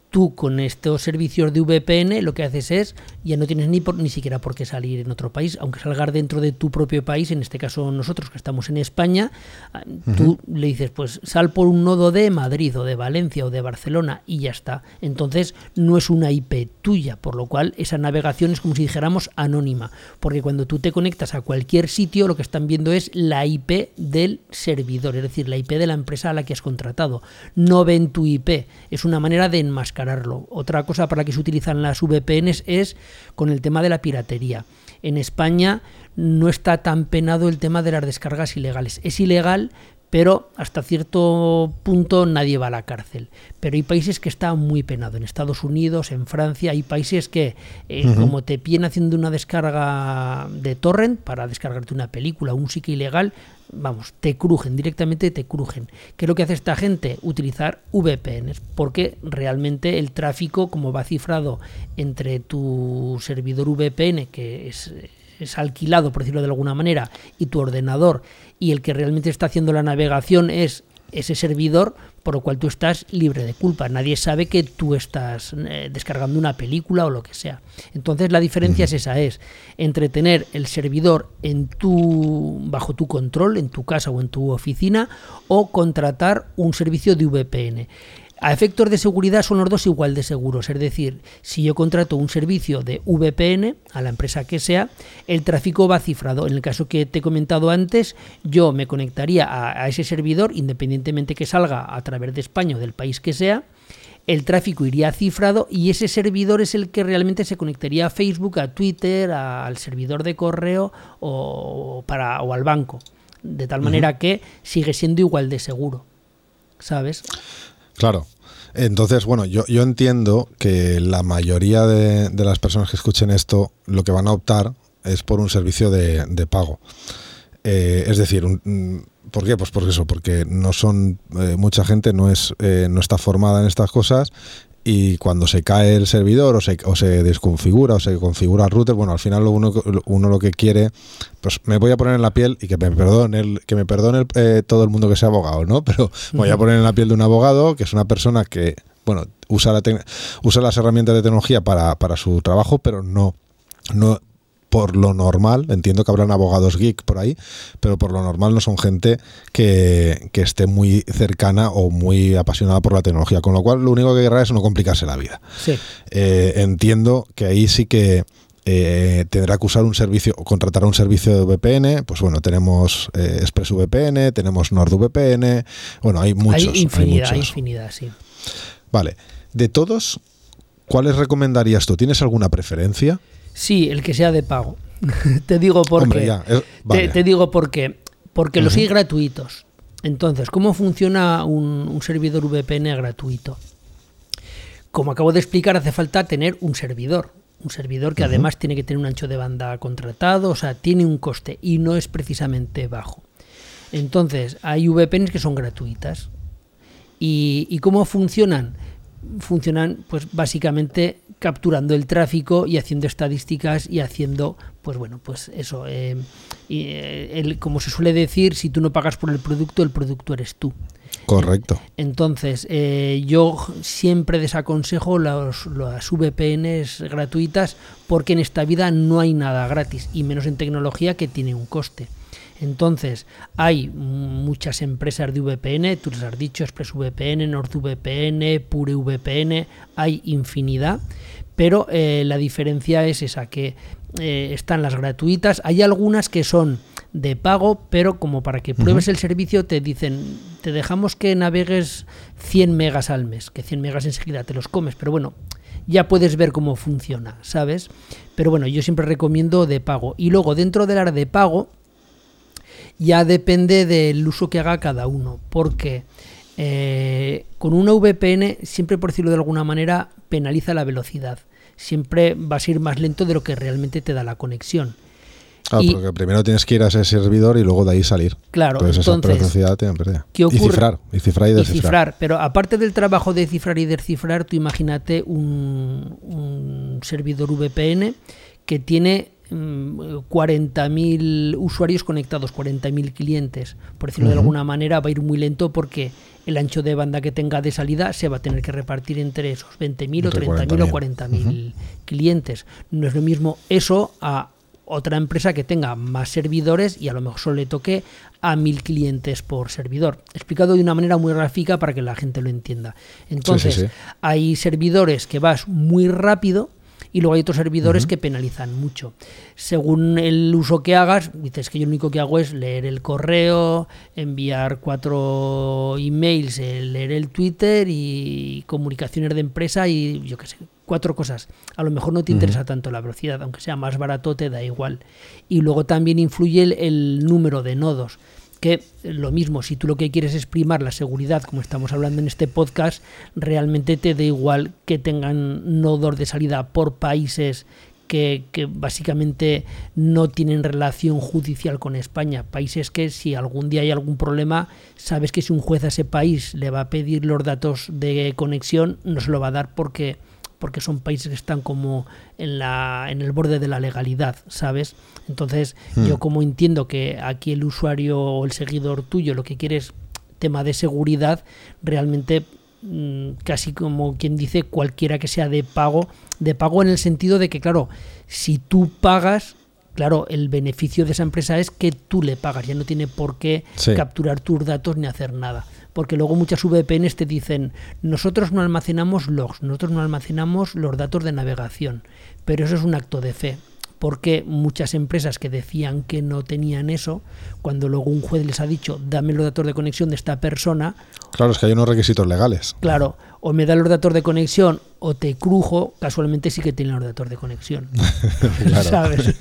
tú con estos servicios de V P N lo que haces es, ya no tienes ni, por, ni siquiera por qué salir en otro país, aunque salgas dentro de tu propio país, en este caso nosotros que estamos en España, uh-huh. tú le dices, pues sal por un nodo de Madrid o de Valencia o de Barcelona y ya está. Entonces no es una I P tuya, por lo cual esa navegación es como si dijéramos anónima, porque cuando tú te conectas a cualquier sitio lo que están viendo es la I P del servidor, es decir, la I P de la empresa a la que has contratado. No ven tu I P, es una manera de enmascarar. Otra cosa para la que se utilizan las V P Ns es con el tema de la piratería. En España no está tan penado el tema de las descargas ilegales. Es ilegal, pero hasta cierto punto nadie va a la cárcel. Pero hay países que está muy penado. En Estados Unidos, en Francia, hay países que, eh, uh-huh. como te pillan haciendo una descarga de torrent para descargarte una película o música ilegal, vamos, te crujen, directamente te crujen. ¿Qué es lo que hace esta gente? Utilizar V P Ns, porque realmente el tráfico, como va cifrado entre tu servidor V P N, que es... es alquilado, por decirlo de alguna manera, y tu ordenador, y el que realmente está haciendo la navegación es ese servidor, por lo cual tú estás libre de culpa. Nadie sabe que tú estás eh, descargando una película o lo que sea. Entonces la diferencia uh-huh. es esa, es entre tener el servidor en tu, bajo tu control, en tu casa o en tu oficina, o contratar un servicio de V P N. A efectos de seguridad son los dos igual de seguros, es decir, si yo contrato un servicio de V P N a la empresa que sea, el tráfico va cifrado. En el caso que te he comentado antes, yo me conectaría a, a ese servidor, independientemente que salga a través de España o del país que sea, el tráfico iría cifrado y ese servidor es el que realmente se conectaría a Facebook, a Twitter, a, al servidor de correo o, para, o al banco, de tal manera uh-huh. que sigue siendo igual de seguro, ¿sabes?
Claro. Entonces, bueno, yo, yo entiendo que la mayoría de, de las personas que escuchen esto lo que van a optar es por un servicio de, de pago. Eh, es decir, un, ¿por qué? Pues por eso, porque no son eh, mucha gente no es eh, no está formada en estas cosas. Y cuando se cae el servidor o se, o se desconfigura o se configura el router, bueno, al final lo uno, uno lo que quiere, pues me voy a poner en la piel y que me perdone, el, que me perdone el, eh, todo el mundo que sea abogado, ¿no? Pero me voy a poner en la piel de un abogado, que es una persona que, bueno, usa, la te- usa las herramientas de tecnología para, para su trabajo, pero no, no por lo normal, entiendo que habrán abogados geek por ahí, pero por lo normal no son gente que, que esté muy cercana o muy apasionada por la tecnología, con lo cual lo único que querrá es no complicarse la vida.
Sí.
Eh, entiendo que ahí sí que eh, tendrá que usar un servicio o contratar un servicio de V P N, pues bueno, tenemos eh, ExpressVPN, tenemos NordVPN, bueno, hay muchos.
Hay infinidad,
hay
hay infinidad, sí.
Vale, de todos, ¿cuáles recomendarías tú? ¿Tienes alguna preferencia?
Sí, el que sea de pago. Te digo por
Hombre,
qué.
ya, es, vale.
te, te digo por qué. Porque
uh-huh.
los hay gratuitos. Entonces, ¿cómo funciona un, un servidor V P N gratuito? Como acabo de explicar, hace falta tener un servidor. Un servidor que uh-huh. además tiene que tener un ancho de banda contratado, o sea, tiene un coste y no es precisamente bajo. Entonces, hay V P Ns que son gratuitas. ¿Y, y cómo funcionan? Funcionan, pues básicamente capturando el tráfico y haciendo estadísticas y haciendo, pues bueno, pues eso. Eh, y, eh, el, como se suele decir, si tú no pagas por el producto, el producto eres tú.
Correcto.
Entonces, eh, yo siempre desaconsejo los, las V P Ns gratuitas porque en esta vida no hay nada gratis y menos en tecnología que tiene un coste. Entonces, hay muchas empresas de V P N, tú les has dicho, ExpressVPN, NordVPN, PureVPN, hay infinidad, pero eh, la diferencia es esa, que eh, están las gratuitas, hay algunas que son de pago, pero como para que pruebes uh-huh. el servicio te dicen, te dejamos que navegues cien megas al mes, que cien megas enseguida te los comes, pero bueno, ya puedes ver cómo funciona, ¿sabes? Pero bueno, yo siempre recomiendo de pago. Y luego, dentro de la de pago, ya depende del uso que haga cada uno, porque eh, con una V P N, siempre por decirlo de alguna manera, penaliza la velocidad. Siempre vas a ir más lento de lo que realmente te da la conexión.
Ah,
y,
porque primero tienes que ir a ese servidor y luego de ahí salir.
Claro,
entonces,
entonces
esa velocidad te pérdida.
¿Qué ocurre?
Y cifrar, y cifrar y descifrar.
Y cifrar, pero aparte del trabajo de cifrar y descifrar, tú imagínate un, un servidor V P N que tiene cuarenta mil usuarios conectados, cuarenta mil clientes, por decirlo uh-huh. de alguna manera, va a ir muy lento porque el ancho de banda que tenga de salida se va a tener que repartir entre esos veinte mil o treinta mil o cuarenta mil uh-huh. clientes. No es lo mismo eso a otra empresa que tenga más servidores y a lo mejor solo le toque a mil clientes por servidor. Explicado de una manera muy gráfica para que la gente lo entienda. Entonces, sí, sí, sí. hay servidores que vas muy rápido y luego hay otros servidores uh-huh. que penalizan mucho. Según el uso que hagas, dices que yo lo único que hago es leer el correo, enviar cuatro emails, leer el Twitter y comunicaciones de empresa y yo qué sé, cuatro cosas. A lo mejor no te uh-huh. interesa tanto la velocidad, aunque sea más barato te da igual. Y luego también influye el, el número de nodos. Que lo mismo, si tú lo que quieres es primar la seguridad, como estamos hablando en este podcast, realmente te da igual que tengan nodos de salida por países que, que básicamente no tienen relación judicial con España. Países que si algún día hay algún problema, sabes que si un juez a ese país le va a pedir los datos de conexión, no se lo va a dar porque... porque son países que están como en la en el borde de la legalidad, ¿sabes? Entonces, hmm. yo como entiendo que aquí el usuario o el seguidor tuyo lo que quiere es tema de seguridad, realmente mmm, casi como quien dice cualquiera que sea de pago, de pago en el sentido de que, claro, si tú pagas, claro, el beneficio de esa empresa es que tú le pagas, ya no tiene por qué sí. capturar tus datos ni hacer nada. Porque luego muchas V P Ns te dicen, nosotros no almacenamos logs, nosotros no almacenamos los datos de navegación, pero eso es un acto de fe, porque muchas empresas que decían que no tenían eso, cuando luego un juez les ha dicho, dame los datos de conexión de esta persona...
Claro, es que hay unos requisitos legales.
Claro, o me da los datos de conexión o te crujo, casualmente sí que tienen los datos de conexión. ¿Sabes?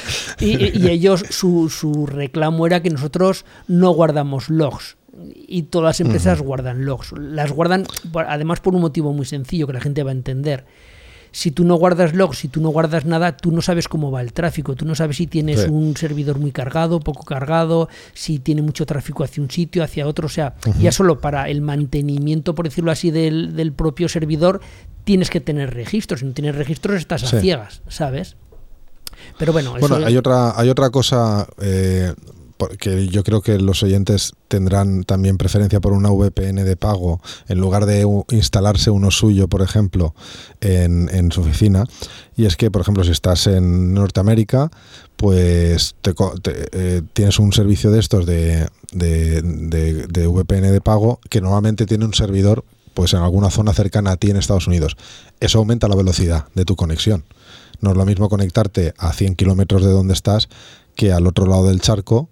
Y, y ellos, su, su reclamo era que nosotros no guardamos logs. Y todas las empresas uh-huh. guardan logs. Las guardan además por un motivo muy sencillo que la gente va a entender. Si tú no guardas logs, si tú no guardas nada, tú no sabes cómo va el tráfico. Tú no sabes si tienes sí. un servidor muy cargado, poco cargado, si tiene mucho tráfico hacia un sitio, hacia otro. O sea, uh-huh. ya solo para el mantenimiento, por decirlo así, del, del propio servidor, tienes que tener registros. Si no tienes registros, estás a sí. ciegas, ¿sabes? Pero bueno, eso
bueno, hay otra, hay otra cosa... Eh, porque yo creo que los oyentes tendrán también preferencia por una V P N de pago en lugar de instalarse uno suyo, por ejemplo, en, en su oficina. Y es que, por ejemplo, si estás en Norteamérica, pues te, te, eh, tienes un servicio de estos de, de, de, de V P N de pago que normalmente tiene un servidor pues en alguna zona cercana a ti en Estados Unidos. Eso aumenta la velocidad de tu conexión. No es lo mismo conectarte a cien kilómetros de donde estás que al otro lado del charco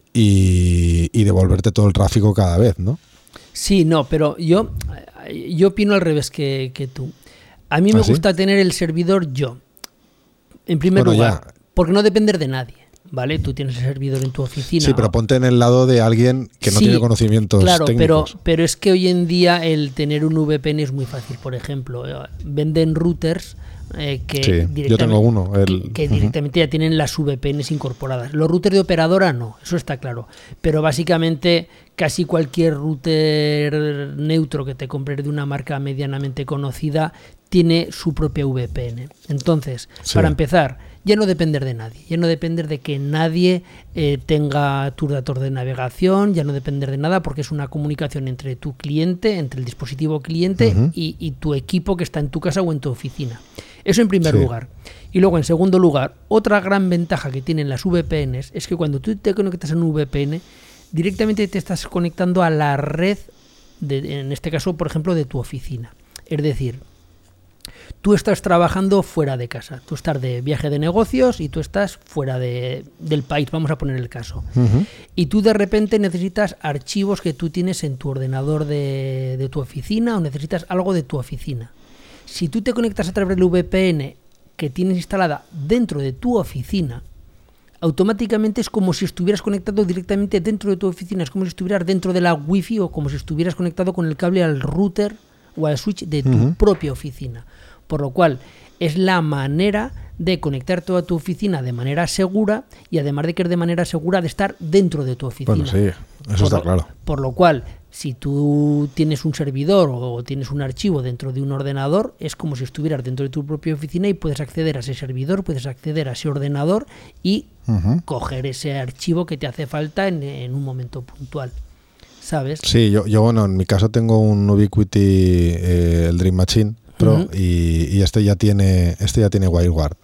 y, y devolverte todo el tráfico cada vez, ¿no?
Sí, no, pero yo, yo opino al revés que, que tú. A mí me ¿Ah, gusta sí? tener el servidor yo, en primer bueno, lugar, ya. porque no depender de nadie, ¿vale? Tú tienes el servidor en tu oficina.
Sí, pero ponte en el lado de alguien que no sí, tiene conocimientos
claro,
técnicos.
Pero, pero es que hoy en día el tener un V P N es muy fácil. Por ejemplo, venden routers eh, que,
sí, yo tengo uno, el,
que, que directamente uh-huh. ya tienen las V P Ns incorporadas. Los routers de operadora no, eso está claro. Pero básicamente casi cualquier router neutro que te compres de una marca medianamente conocida tiene su propia V P N. Entonces, sí. para empezar, ya no depender de nadie, ya no depender de que nadie eh, tenga tus datos de navegación, ya no depender de nada porque es una comunicación entre tu cliente, entre el dispositivo cliente uh-huh. y, y tu equipo que está en tu casa o en tu oficina. Eso en primer sí. lugar. Y luego, en segundo lugar, otra gran ventaja que tienen las V P Ns es que cuando tú te conectas a un V P N, directamente te estás conectando a la red, de, en este caso, por ejemplo, de tu oficina. Es decir, tú estás trabajando fuera de casa, tú estás de viaje de negocios y tú estás fuera de, del país, vamos a poner el caso. Uh-huh. Y tú de repente necesitas archivos que tú tienes en tu ordenador de, de tu oficina o necesitas algo de tu oficina. Si tú te conectas a través del V P N que tienes instalada dentro de tu oficina, automáticamente es como si estuvieras conectado directamente dentro de tu oficina, es como si estuvieras dentro de la wifi o como si estuvieras conectado con el cable al router o al switch de tu uh-huh. propia oficina. Por lo cual es la manera de conectar toda tu oficina de manera segura y además de que es de manera segura de estar dentro de tu oficina.
Bueno, sí, eso
por
está
lo,
claro.
Por lo cual Si tú tienes un servidor o tienes un archivo dentro de un ordenador, es como si estuvieras dentro de tu propia oficina y puedes acceder a ese servidor, puedes acceder a ese ordenador y uh-huh. coger ese archivo que te hace falta en, en un momento puntual, ¿sabes?
Sí, yo, yo bueno, en mi caso tengo un Ubiquiti, eh, el Dream Machine Pro, uh-huh. y, y este ya tiene este ya tiene WireGuard.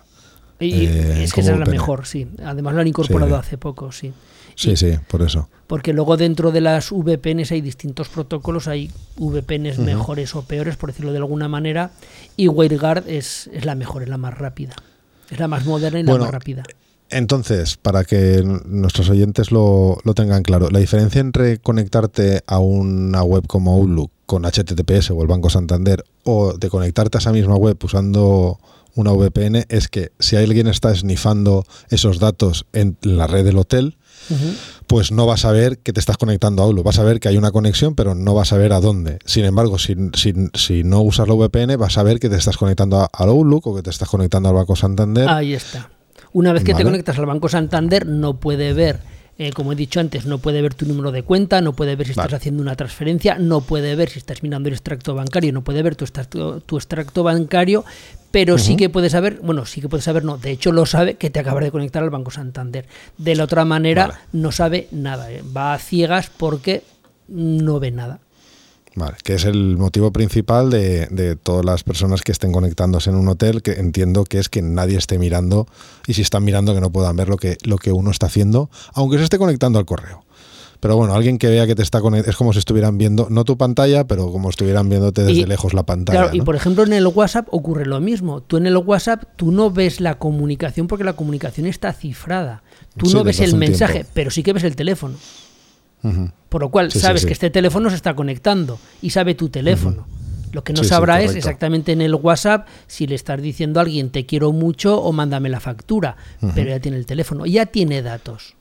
Y eh, es que esa es la mejor, sí. Además lo han incorporado sí. hace poco, sí.
Sí, sí, por eso.
Porque luego dentro de las V P Ns hay distintos protocolos, hay V P Ns uh-huh. mejores o peores, por decirlo de alguna manera, y WireGuard es, es la mejor, es la más rápida. Es la más moderna y
bueno,
la más rápida.
Entonces, para que nuestros oyentes lo, lo tengan claro, la diferencia entre conectarte a una web como Outlook con H T T P S o el Banco Santander o de conectarte a esa misma web usando una V P N es que si alguien está snifando esos datos en la red del hotel, uh-huh. pues no vas a ver que te estás conectando a Outlook. Vas a ver que hay una conexión, pero no vas a ver a dónde. Sin embargo, si, si, si no usas la V P N, vas a ver que te estás conectando a, al Outlook o que te estás conectando al Banco Santander.
Ahí está. Una vez que vale. te conectas al Banco Santander, no puede ver, eh, como he dicho antes, no puede ver tu número de cuenta, no puede ver si vale. estás haciendo una transferencia, no puede ver si estás mirando el extracto bancario, no puede ver tu extracto, tu extracto bancario, pero uh-huh. sí que puede saber, bueno, sí que puede saber, no, de hecho lo sabe, que te acabas de conectar al Banco Santander. De la otra manera, vale. no sabe nada, eh, va a ciegas porque no ve nada.
Vale, que es el motivo principal de, de todas las personas que estén conectándose en un hotel, que entiendo que es que nadie esté mirando, y si están mirando que no puedan ver lo que, lo que uno está haciendo, aunque se esté conectando al correo. Pero bueno, alguien que vea que te está conectando, es como si estuvieran viendo, no tu pantalla, pero como si estuvieran viéndote desde y, lejos la pantalla.
Claro,
¿no?
Y por ejemplo en el WhatsApp ocurre lo mismo. Tú en el WhatsApp tú no ves la comunicación porque la comunicación está cifrada. Tú sí, no ves el mensaje, tiempo. Pero sí que ves el teléfono. Uh-huh. Por lo cual sí, sabes sí, sí. que este teléfono se está conectando y sabe tu teléfono. Uh-huh. Lo que no sí, sabrá sí, es exactamente en el WhatsApp si le estás diciendo a alguien te quiero mucho o mándame la factura, uh-huh. pero ya tiene el teléfono, ya tiene datos.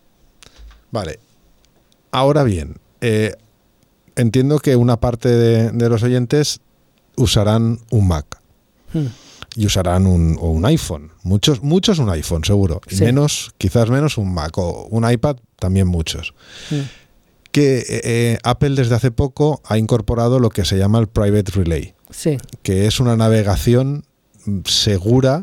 Vale. Ahora bien, eh, entiendo que una parte de, de los oyentes usarán un Mac hmm. y usarán un, o un iPhone. Muchos, muchos un iPhone, seguro. Sí. Y menos, quizás menos un Mac o un iPad, también muchos. Hmm. Que eh, Apple desde hace poco ha incorporado lo que se llama el Private Relay,
sí.
que es una navegación segura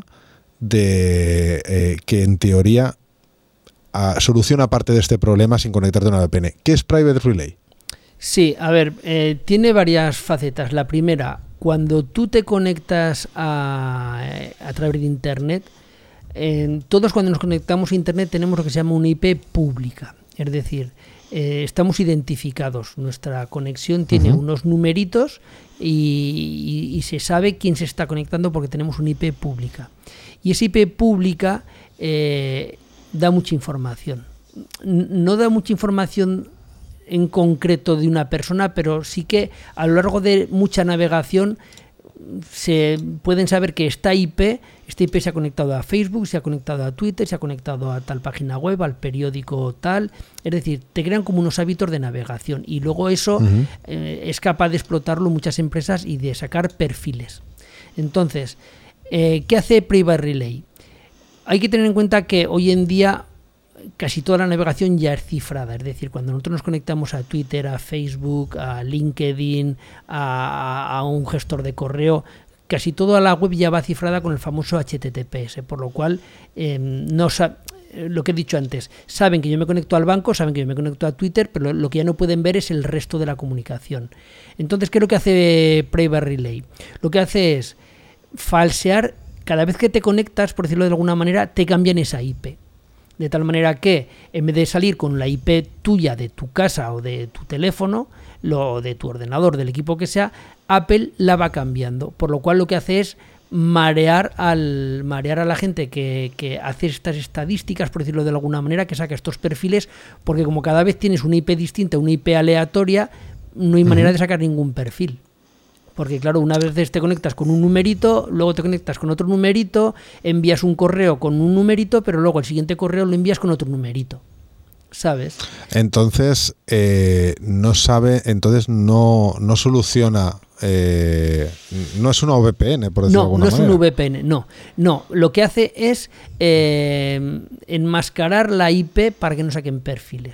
de eh, que en teoría a, soluciona parte de este problema sin conectarte a una V P N. ¿Qué es Private Relay?
Sí, a ver, eh, tiene varias facetas. La primera, cuando tú te conectas a, a través de Internet, eh, todos cuando nos conectamos a Internet tenemos lo que se llama una I P pública, es decir, eh, estamos identificados. Nuestra conexión tiene uh-huh. unos numeritos y, y, y se sabe quién se está conectando porque tenemos una I P pública. Y esa I P pública eh, da mucha información. No da mucha información en concreto de una persona, pero sí que a lo largo de mucha navegación se pueden saber que esta I P, esta I P se ha conectado a Facebook, se ha conectado a Twitter, se ha conectado a tal página web, al periódico tal, es decir, te crean como unos hábitos de navegación y luego eso uh-huh. eh, es capaz de explotarlo muchas empresas y de sacar perfiles. Entonces, eh, ¿qué hace Private Relay? Hay que tener en cuenta que hoy en día casi toda la navegación ya es cifrada, es decir, cuando nosotros nos conectamos a Twitter, a Facebook, a LinkedIn, a, a un gestor de correo, casi toda la web ya va cifrada con el famoso H T T P S, por lo cual eh, no sa- lo que he dicho antes, saben que yo me conecto al banco, saben que yo me conecto a Twitter, pero lo, lo que ya no pueden ver es el resto de la comunicación. Entonces, ¿qué es lo que hace Private Relay? Lo que hace es falsear, cada vez que te conectas, por decirlo de alguna manera, te cambian esa I P. De tal manera que en vez de salir con la I P tuya de tu casa o de tu teléfono, lo de tu ordenador, del equipo que sea, Apple la va cambiando. Por lo cual lo que hace es marear al marear a la gente que, que hace estas estadísticas, por decirlo de alguna manera, que saca estos perfiles, porque como cada vez tienes una I P distinta, una I P aleatoria, no hay manera uh-huh. de sacar ningún perfil. Porque claro, una vez te conectas con un numerito, luego te conectas con otro numerito, envías un correo con un numerito, pero luego el siguiente correo lo envías con otro numerito, ¿sabes?
Entonces, eh, no sabe, entonces no, no soluciona, eh, no es una V P N, por decirlo de alguna manera.
No, no es un V P N, no. No, lo que hace es eh, enmascarar la I P para que no saquen perfiles.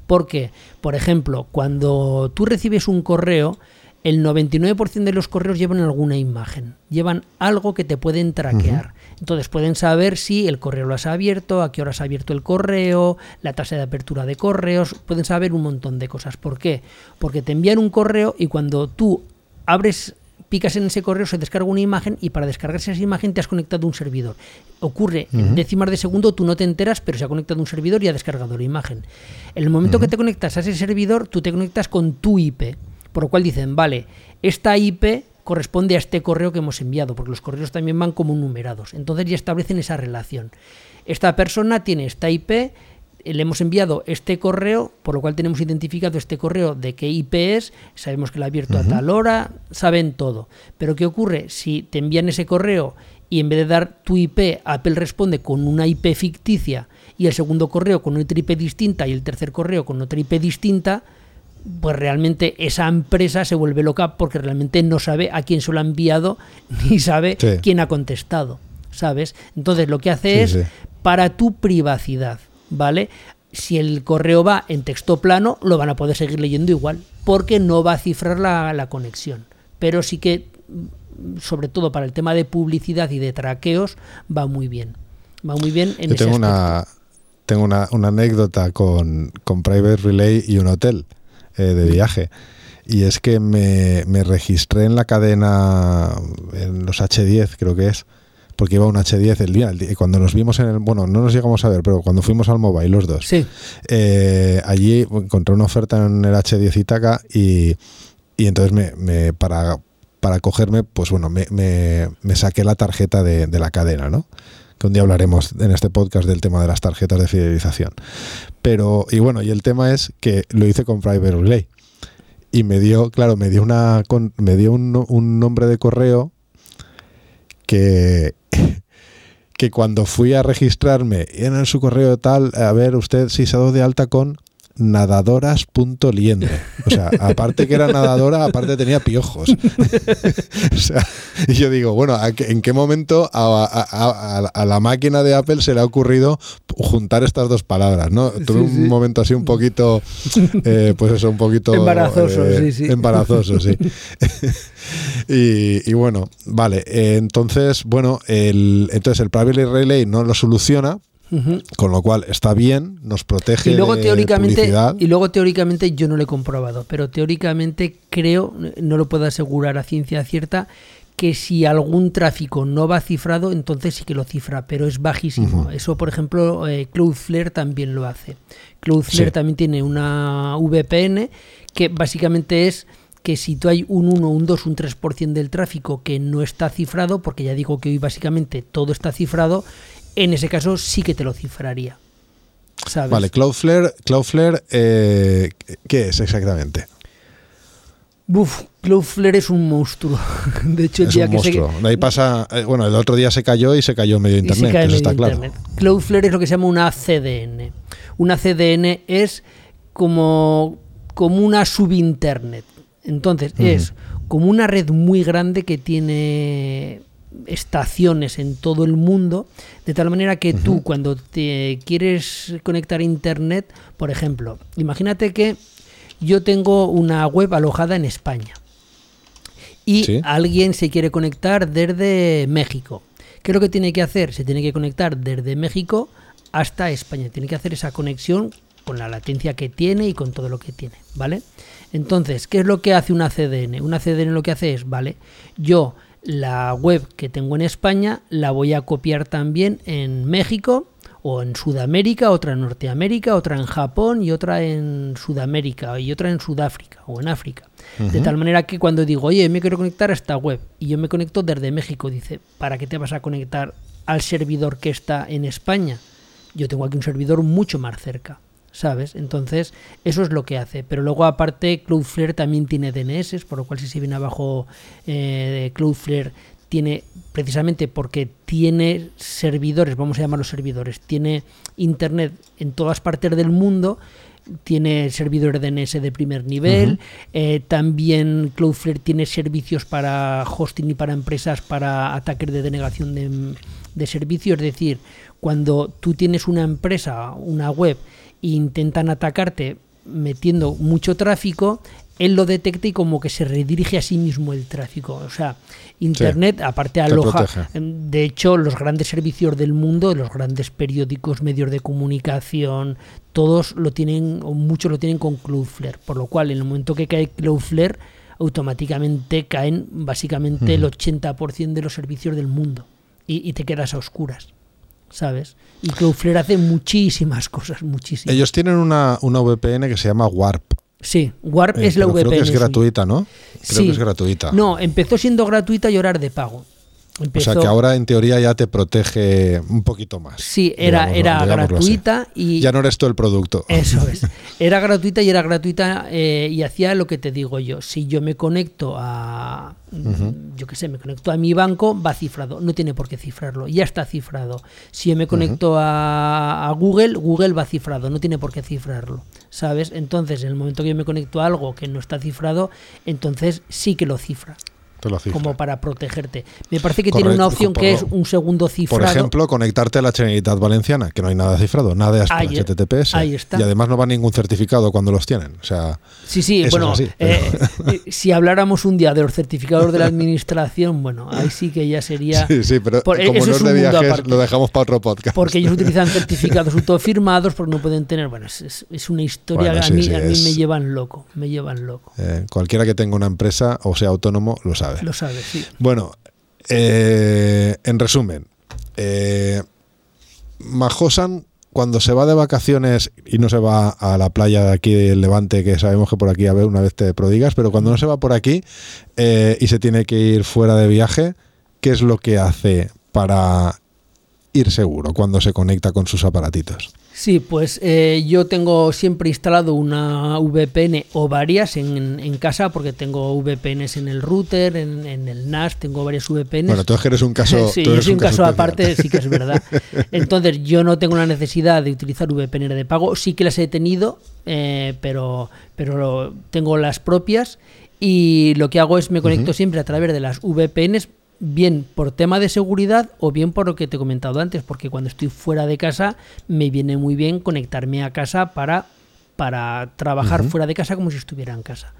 Porque, por ejemplo, cuando tú recibes un correo, el noventa y nueve por ciento de los correos llevan alguna imagen, llevan algo que te pueden traquear. Uh-huh. Entonces pueden saber si el correo lo has abierto, a qué hora has abierto el correo, la tasa de apertura de correos, pueden saber un montón de cosas. ¿Por qué? Porque te envían un correo y cuando tú abres, picas en ese correo, se descarga una imagen y para descargarse esa imagen te has conectado a un servidor. Ocurre uh-huh. en décimas de segundo, tú no te enteras, pero se ha conectado a un servidor y ha descargado la imagen. En el momento uh-huh. que te conectas a ese servidor, tú te conectas con tu I P. Por lo cual dicen, vale, esta I P corresponde a este correo que hemos enviado, porque los correos también van como numerados. Entonces ya establecen esa relación. Esta persona tiene esta I P, le hemos enviado este correo, por lo cual tenemos identificado este correo de qué I P es, sabemos que lo ha abierto uh-huh. a tal hora, saben todo. Pero ¿qué ocurre? Si te envían ese correo y en vez de dar tu I P, Apple responde con una I P ficticia y el segundo correo con otra I P distinta y el tercer correo con otra I P distinta, pues realmente esa empresa se vuelve loca porque realmente no sabe a quién se lo ha enviado ni sabe sí. quién ha contestado, ¿sabes? Entonces lo que hace sí, es sí. para tu privacidad, ¿vale? Si el correo va en texto plano, lo van a poder seguir leyendo igual, porque no va a cifrar la, la conexión. Pero sí que, sobre todo para el tema de publicidad y de traqueos, va muy bien. Va muy bien en
Yo
ese
tengo
aspecto.
Una, tengo una, una anécdota con, con Private Relay y un hotel. Eh, de viaje, y es que me, me registré en la cadena en los hache diez, creo que es, porque iba un hache diez el día, el día cuando nos vimos en el, bueno, no nos llegamos a ver, pero cuando fuimos al Mobile los dos,
sí.
eh, allí encontré una oferta en el hache diez Ítaca y, y entonces me, me para, para cogerme, pues bueno, me, me, me saqué la tarjeta de, de la cadena, ¿no? Que un día hablaremos en este podcast del tema de las tarjetas de fidelización. Pero, y bueno, y el tema es que lo hice con Private Relay. Y me dio, claro, me dio una con, me dio un, un nombre de correo que, que cuando fui a registrarme en su correo tal, a ver, usted si se ha dado de alta con nadadoras punto liendre. O sea, aparte que era nadadora, aparte tenía piojos. O sea, y yo digo, bueno, ¿en qué momento a, a, a, a la máquina de Apple se le ha ocurrido juntar estas dos palabras, ¿no? Tuve sí, un sí. momento así un poquito, eh, pues eso, un poquito
embarazoso,
eh,
sí, sí.
Embarazoso, sí. y, y bueno, vale, eh, entonces, bueno, el, entonces el Private Relay no lo soluciona. Uh-huh. Con lo cual está bien, nos protege
y luego,
de
teóricamente,
publicidad.
Y luego teóricamente yo no lo he comprobado, pero teóricamente creo, no lo puedo asegurar a ciencia cierta, que si algún tráfico no va cifrado, entonces sí que lo cifra, pero es bajísimo. Uh-huh. Eso, por ejemplo, eh, Cloudflare también lo hace. Cloudflare sí. también tiene una V P N que básicamente es que si tú hay un uno, un dos, un tres por ciento del tráfico que no está cifrado, porque ya digo que hoy básicamente todo está cifrado, en ese caso sí que te lo cifraría, ¿sabes?
Vale, Cloudflare, Cloudflare eh, ¿qué es exactamente?
Uf, Cloudflare es un monstruo. De hecho, el
es
día
un
que
monstruo.
se...
Ahí pasa, eh, bueno, el otro día se cayó y se cayó medio internet, eso
medio
está
internet.
Claro.
Cloudflare es lo que se llama una C D N. Una C D N es como, como una subinternet. Entonces, uh-huh. es como una red muy grande que tiene estaciones en todo el mundo, de tal manera que uh-huh. tú cuando te quieres conectar a internet, por ejemplo, imagínate que yo tengo una web alojada en España y ¿sí? alguien se quiere conectar desde México. ¿Qué es lo que tiene que hacer? Se tiene que conectar desde México hasta España, tiene que hacer esa conexión con la latencia que tiene y con todo lo que tiene, ¿vale? Entonces, ¿qué es lo que hace una C D N? Una C D N lo que hace es, vale, yo la web que tengo en España la voy a copiar también en México o en Sudamérica, otra en Norteamérica, otra en Japón y otra en Sudamérica y otra en Sudáfrica o en África. Uh-huh. De tal manera que cuando digo, oye, me quiero conectar a esta web y yo me conecto desde México, dice, ¿para qué te vas a conectar al servidor que está en España? Yo tengo aquí un servidor mucho más cerca, ¿sabes? Entonces, eso es lo que hace. Pero luego, aparte, Cloudflare también tiene D N S, por lo cual si se viene abajo eh, Cloudflare tiene, precisamente porque tiene servidores, vamos a llamarlos servidores, tiene internet en todas partes del mundo, tiene servidores D N S de primer nivel, uh-huh. eh, también Cloudflare tiene servicios para hosting y para empresas para ataques de denegación de, de servicios, es decir, cuando tú tienes una empresa, una web, e intentan atacarte metiendo mucho tráfico, él lo detecta y como que se redirige a sí mismo el tráfico. O sea, Internet, sí, aparte aloja, de hecho, los grandes servicios del mundo, los grandes periódicos, medios de comunicación, todos lo tienen, o muchos lo tienen con Cloudflare, por lo cual en el momento que cae Cloudflare, automáticamente caen básicamente uh-huh. el ochenta por ciento de los servicios del mundo y, y te quedas a oscuras, ¿sabes? Y Cloudflare hace muchísimas cosas, muchísimas.
Ellos tienen una, una V P N que se llama Warp.
Sí, Warp eh, es la V P N.
Creo que es gratuita, ¿no? Creo
sí.
que es gratuita.
No, empezó siendo gratuita y ahora es de pago. Empezó,
o sea que ahora en teoría ya te protege un poquito más.
Sí, era, era gratuita y...
Ya no eres tú el producto.
Eso es. Era gratuita y era gratuita eh, y hacía lo que te digo yo. Si yo me conecto a... Uh-huh. Yo qué sé, me conecto a mi banco, va cifrado. No tiene por qué cifrarlo. Ya está cifrado. Si yo me conecto uh-huh. a, a Google, Google va cifrado. No tiene por qué cifrarlo. ¿Sabes? Entonces, en el momento que yo me conecto a algo que no está cifrado, entonces sí que lo cifra. Como para protegerte. Me parece que Correcto, tiene una opción que es un segundo cifrado.
Por ejemplo, conectarte a la Generalitat Valenciana, que no hay nada cifrado, nada es
ahí,
H T T P S.
Ahí está.
Y además no va ningún certificado cuando los tienen. O sea,
sí, sí, bueno,
es así,
eh, si habláramos un día de los certificados de la administración, bueno, ahí sí que ya sería...
Sí, sí, pero por, como no es de viajes, lo dejamos para otro podcast.
Porque ellos utilizan certificados autofirmados porque no pueden tener... Bueno, es, es una historia bueno, sí, que a mí, sí, a mí es... me llevan loco, me llevan loco.
Eh, cualquiera que tenga una empresa o sea autónomo lo sabe.
Lo sabe, sí.
Bueno, eh, en resumen, eh, Majosan cuando se va de vacaciones y no se va a la playa de aquí del Levante, que sabemos que por aquí a ver una vez te prodigas, pero cuando no se va por aquí eh, y se tiene que ir fuera de viaje, ¿qué es lo que hace para ir seguro cuando se conecta con sus aparatitos?
Sí, pues eh, yo tengo siempre instalado una V P N o varias en, en casa, porque tengo V P Ns en el router, en, en el N A S, tengo varias V P Ns.
Bueno, tú eres un caso...
sí,
tú eres
yo soy un caso,
caso
aparte, sí que es verdad. Entonces, yo no tengo la necesidad de utilizar V P N de pago, sí que las he tenido, eh, pero, pero tengo las propias y lo que hago es me conecto uh-huh. siempre a través de las V P Ns, bien por tema de seguridad o bien por lo que te he comentado antes, porque cuando estoy fuera de casa me viene muy bien conectarme a casa para, para trabajar uh-huh. fuera de casa como si estuviera en casa.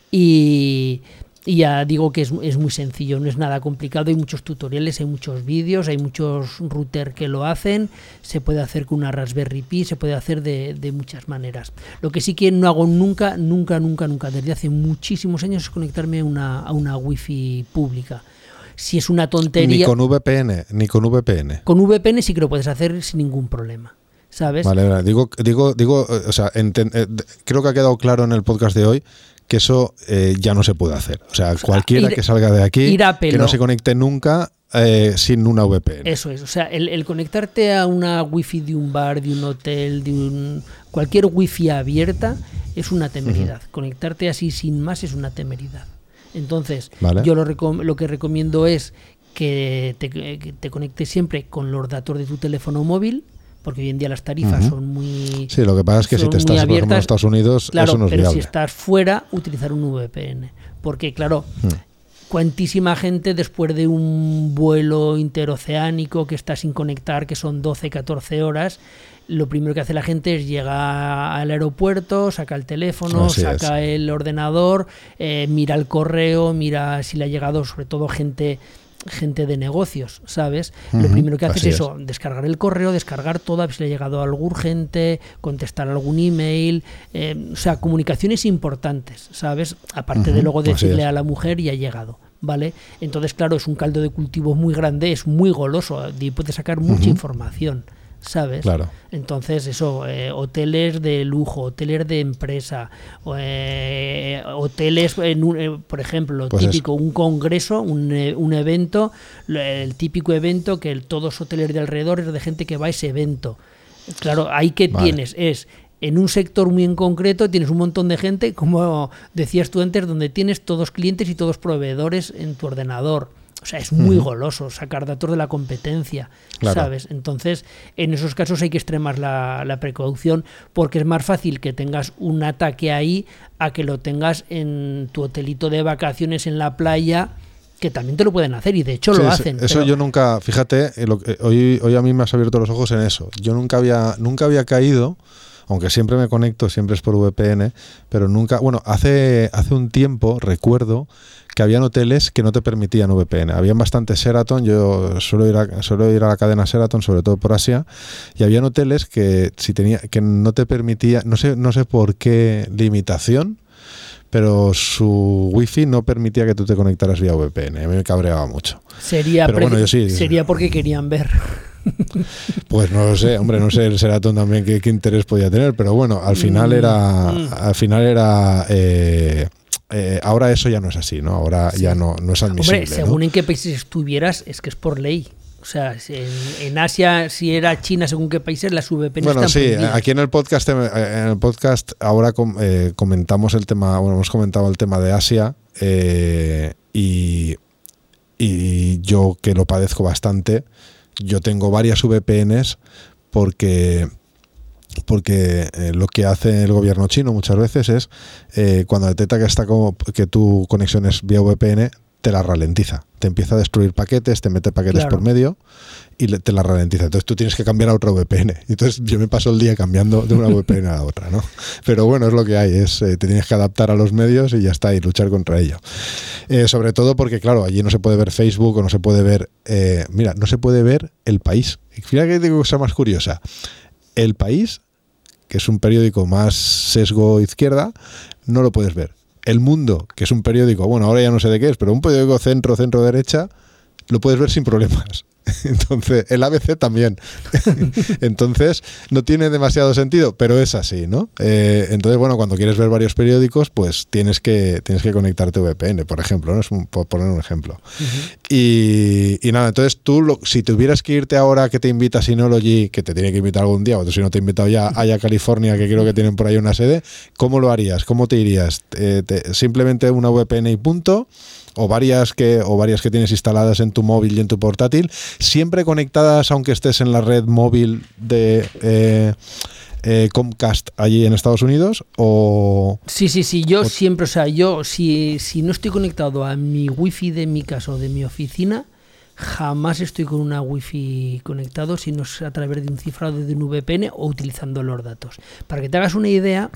Y, y ya digo que es, es muy sencillo, no es nada complicado, hay muchos tutoriales, hay muchos vídeos, hay muchos routers que lo hacen, se puede hacer con una Raspberry Pi, se puede hacer de, de muchas maneras. Lo que sí que no hago nunca, nunca, nunca, nunca, desde hace muchísimos años es conectarme a una, a una wifi pública. Si es una tontería...
Ni con V P N, ni con V P N.
Con V P N sí que lo puedes hacer sin ningún problema, ¿sabes?
Vale, vale. Digo, digo, digo, o sea, enten, eh, creo que ha quedado claro en el podcast de hoy que eso eh, ya no se puede hacer. O sea, cualquiera ir, que salga de aquí, que no se conecte nunca eh, sin una V P N.
Eso es. O sea, el, el conectarte a una wifi de un bar, de un hotel, de un cualquier wifi abierta es una temeridad. Uh-huh. Conectarte así sin más es una temeridad. Entonces, vale. yo lo, recom- lo que recomiendo es que te, que te conectes siempre con los datos de tu teléfono móvil, porque hoy en día las tarifas uh-huh. son muy
Sí, lo que pasa es que si te estás, abiertas, por ejemplo, en Estados Unidos,
claro,
eso no es
pero
viable.
Si estás fuera, utilizar un V P N. Porque, claro, uh-huh. cuantísima gente después de un vuelo interoceánico que está sin conectar, que son doce, catorce horas, lo primero que hace la gente es llegar al aeropuerto, saca el teléfono, Así saca es. el ordenador, eh, mira el correo, mira si le ha llegado, sobre todo gente gente de negocios, ¿sabes? Uh-huh. Lo primero que hace Así es eso, es. descargar el correo, descargar todo, a ver si le ha llegado algo urgente, contestar algún email, eh, o sea, comunicaciones importantes, ¿sabes? Aparte uh-huh. de luego decirle a la mujer y ha llegado. ¿Vale? Entonces, claro, es un caldo de cultivo muy grande, es muy goloso, y puede sacar mucha uh-huh. información, ¿sabes?
Claro.
Entonces, eso, eh, hoteles de lujo, hoteles de empresa, eh, hoteles, en un, eh, por ejemplo, lo pues típico, es. un congreso, un, eh, un evento, el típico evento que el, todos los hoteles de alrededor es de gente que va a ese evento. Claro, ahí que vale. tienes es... En un sector muy en concreto tienes un montón de gente, como decías tú antes, donde tienes todos clientes y todos proveedores en tu ordenador. O sea, es muy uh-huh. goloso sacar datos de la competencia, claro. ¿sabes? Entonces, en esos casos hay que extremar la, la precaución, porque es más fácil que tengas un ataque ahí a que lo tengas en tu hotelito de vacaciones en la playa, que también te lo pueden hacer y de hecho sí, lo hacen.
Eso
pero...
yo nunca, fíjate, lo que, hoy, hoy a mí me has abierto los ojos en eso. Yo nunca había, nunca había caído aunque siempre me conecto, siempre es por V P N, pero nunca, bueno, hace, hace un tiempo recuerdo que habían hoteles que no te permitían V P N. Habían bastantes Sheraton, yo suelo ir a, suelo ir a la cadena Sheraton, sobre todo por Asia, y habían hoteles que si tenía que no te permitía, no sé, no sé por qué limitación, pero su wifi no permitía que tú te conectaras vía V P N. A mí me cabreaba mucho.
Sería,
pero bueno, yo sí,
sería porque querían ver.
Pues no lo sé, hombre, no sé el Sheraton también qué, qué interés podía tener, pero bueno, al final era, mm. al final era eh, eh, ahora eso ya no es así, ¿no? Ahora sí. ya no, no es admisible.
Hombre, según
¿no?
en qué países estuvieras, es que es por ley. O sea, en, en Asia, si era China, según qué países, las V P N
bueno,
están
sí,
prohibidas.
Aquí en el podcast, en el podcast ahora com, eh, comentamos el tema, bueno, hemos comentado el tema de Asia eh, y, y yo que lo padezco bastante, yo tengo varias V P Ns porque porque eh, lo que hace el gobierno chino muchas veces es eh, cuando detecta que está como que tu conexión es vía V P N, te la ralentiza, te empieza a destruir paquetes, te mete paquetes claro. por medio y te la ralentiza. Entonces tú tienes que cambiar a otra V P N. Entonces yo me paso el día cambiando de una V P N a la otra, ¿no? Pero bueno, es lo que hay, es eh, te tienes que adaptar a los medios y ya está, y luchar contra ello. Eh, sobre todo porque, claro, allí no se puede ver Facebook o no se puede ver... Eh, mira, no se puede ver El País. Fíjate que digo cosa más curiosa. El País, que es un periódico más sesgo izquierda, no lo puedes ver. El Mundo, que es un periódico, bueno, ahora ya no sé de qué es, pero un periódico centro, centro-derecha, lo puedes ver sin problemas. Entonces, el A B C también. Entonces, no tiene demasiado sentido, pero es así, ¿no? Eh, entonces, bueno, cuando quieres ver varios periódicos, pues tienes que tienes que conectarte a V P N, por ejemplo, ¿no? Es un, por poner un ejemplo. Uh-huh. Y, y nada, entonces tú, lo, si tuvieras que irte ahora que te invita Synology, que te tiene que invitar algún día, o si no te he invitado ya allá a California, que creo que tienen por ahí una sede, ¿cómo lo harías? ¿Cómo te irías? Eh, te, ¿Simplemente una V P N y punto? O varias que o varias que tienes instaladas en tu móvil y en tu portátil, siempre conectadas aunque estés en la red móvil de eh, eh, Comcast allí en Estados Unidos, o
sí sí sí yo o... siempre, o sea, yo si si no estoy conectado a mi wifi de mi casa o de mi oficina, jamás estoy con una wifi conectado, si no es a través de un cifrado de un V P N o utilizando los datos. Para que te hagas una idea,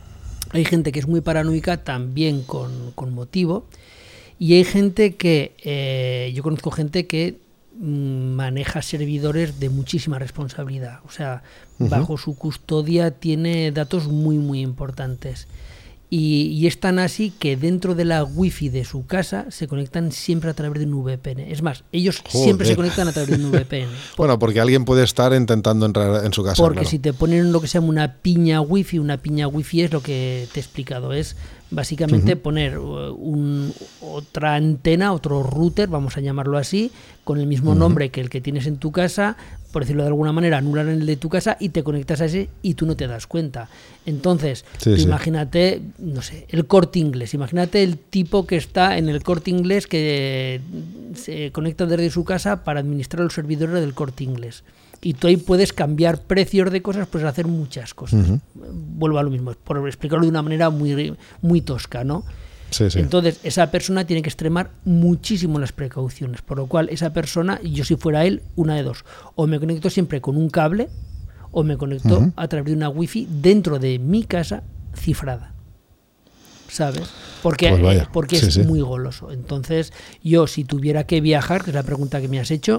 hay gente que es muy paranoica, también con, con motivo. Y hay gente que, eh, yo conozco gente que mm, maneja servidores de muchísima responsabilidad. O sea, uh-huh. bajo su custodia tiene datos muy, muy importantes. Y, y es tan así que dentro de la wifi de su casa se conectan siempre a través de un V P N. Es más, ellos Joder. siempre se conectan a través de un V P N. Por,
bueno, porque alguien puede estar intentando entrar en su casa.
Porque
claro.
si te ponen lo que se llama una piña wifi, una piña wifi es lo que te he explicado, es básicamente uh-huh. poner un, otra antena, otro router, vamos a llamarlo así, con el mismo uh-huh. nombre que el que tienes en tu casa, por decirlo de alguna manera, anular el de tu casa y te conectas a ese y tú no te das cuenta. Entonces, sí, tú sí. imagínate, no sé, el Corte Inglés, imagínate el tipo que está en el Corte Inglés que se conecta desde su casa para administrar los servidores del Corte Inglés. Y tú ahí puedes cambiar precios de cosas, puedes hacer muchas cosas. Uh-huh. Vuelvo a lo mismo, por explicarlo de una manera muy, muy tosca, ¿no?
Sí, sí.
Entonces, esa persona tiene que extremar muchísimo las precauciones, por lo cual esa persona, yo si fuera él, una de dos, o me conecto siempre con un cable, o me conecto uh-huh. a través de una wifi dentro de mi casa cifrada, ¿sabes? Porque,
pues vaya.
porque
sí,
es
sí.
muy goloso. Entonces, yo si tuviera que viajar, que es la pregunta que me has hecho,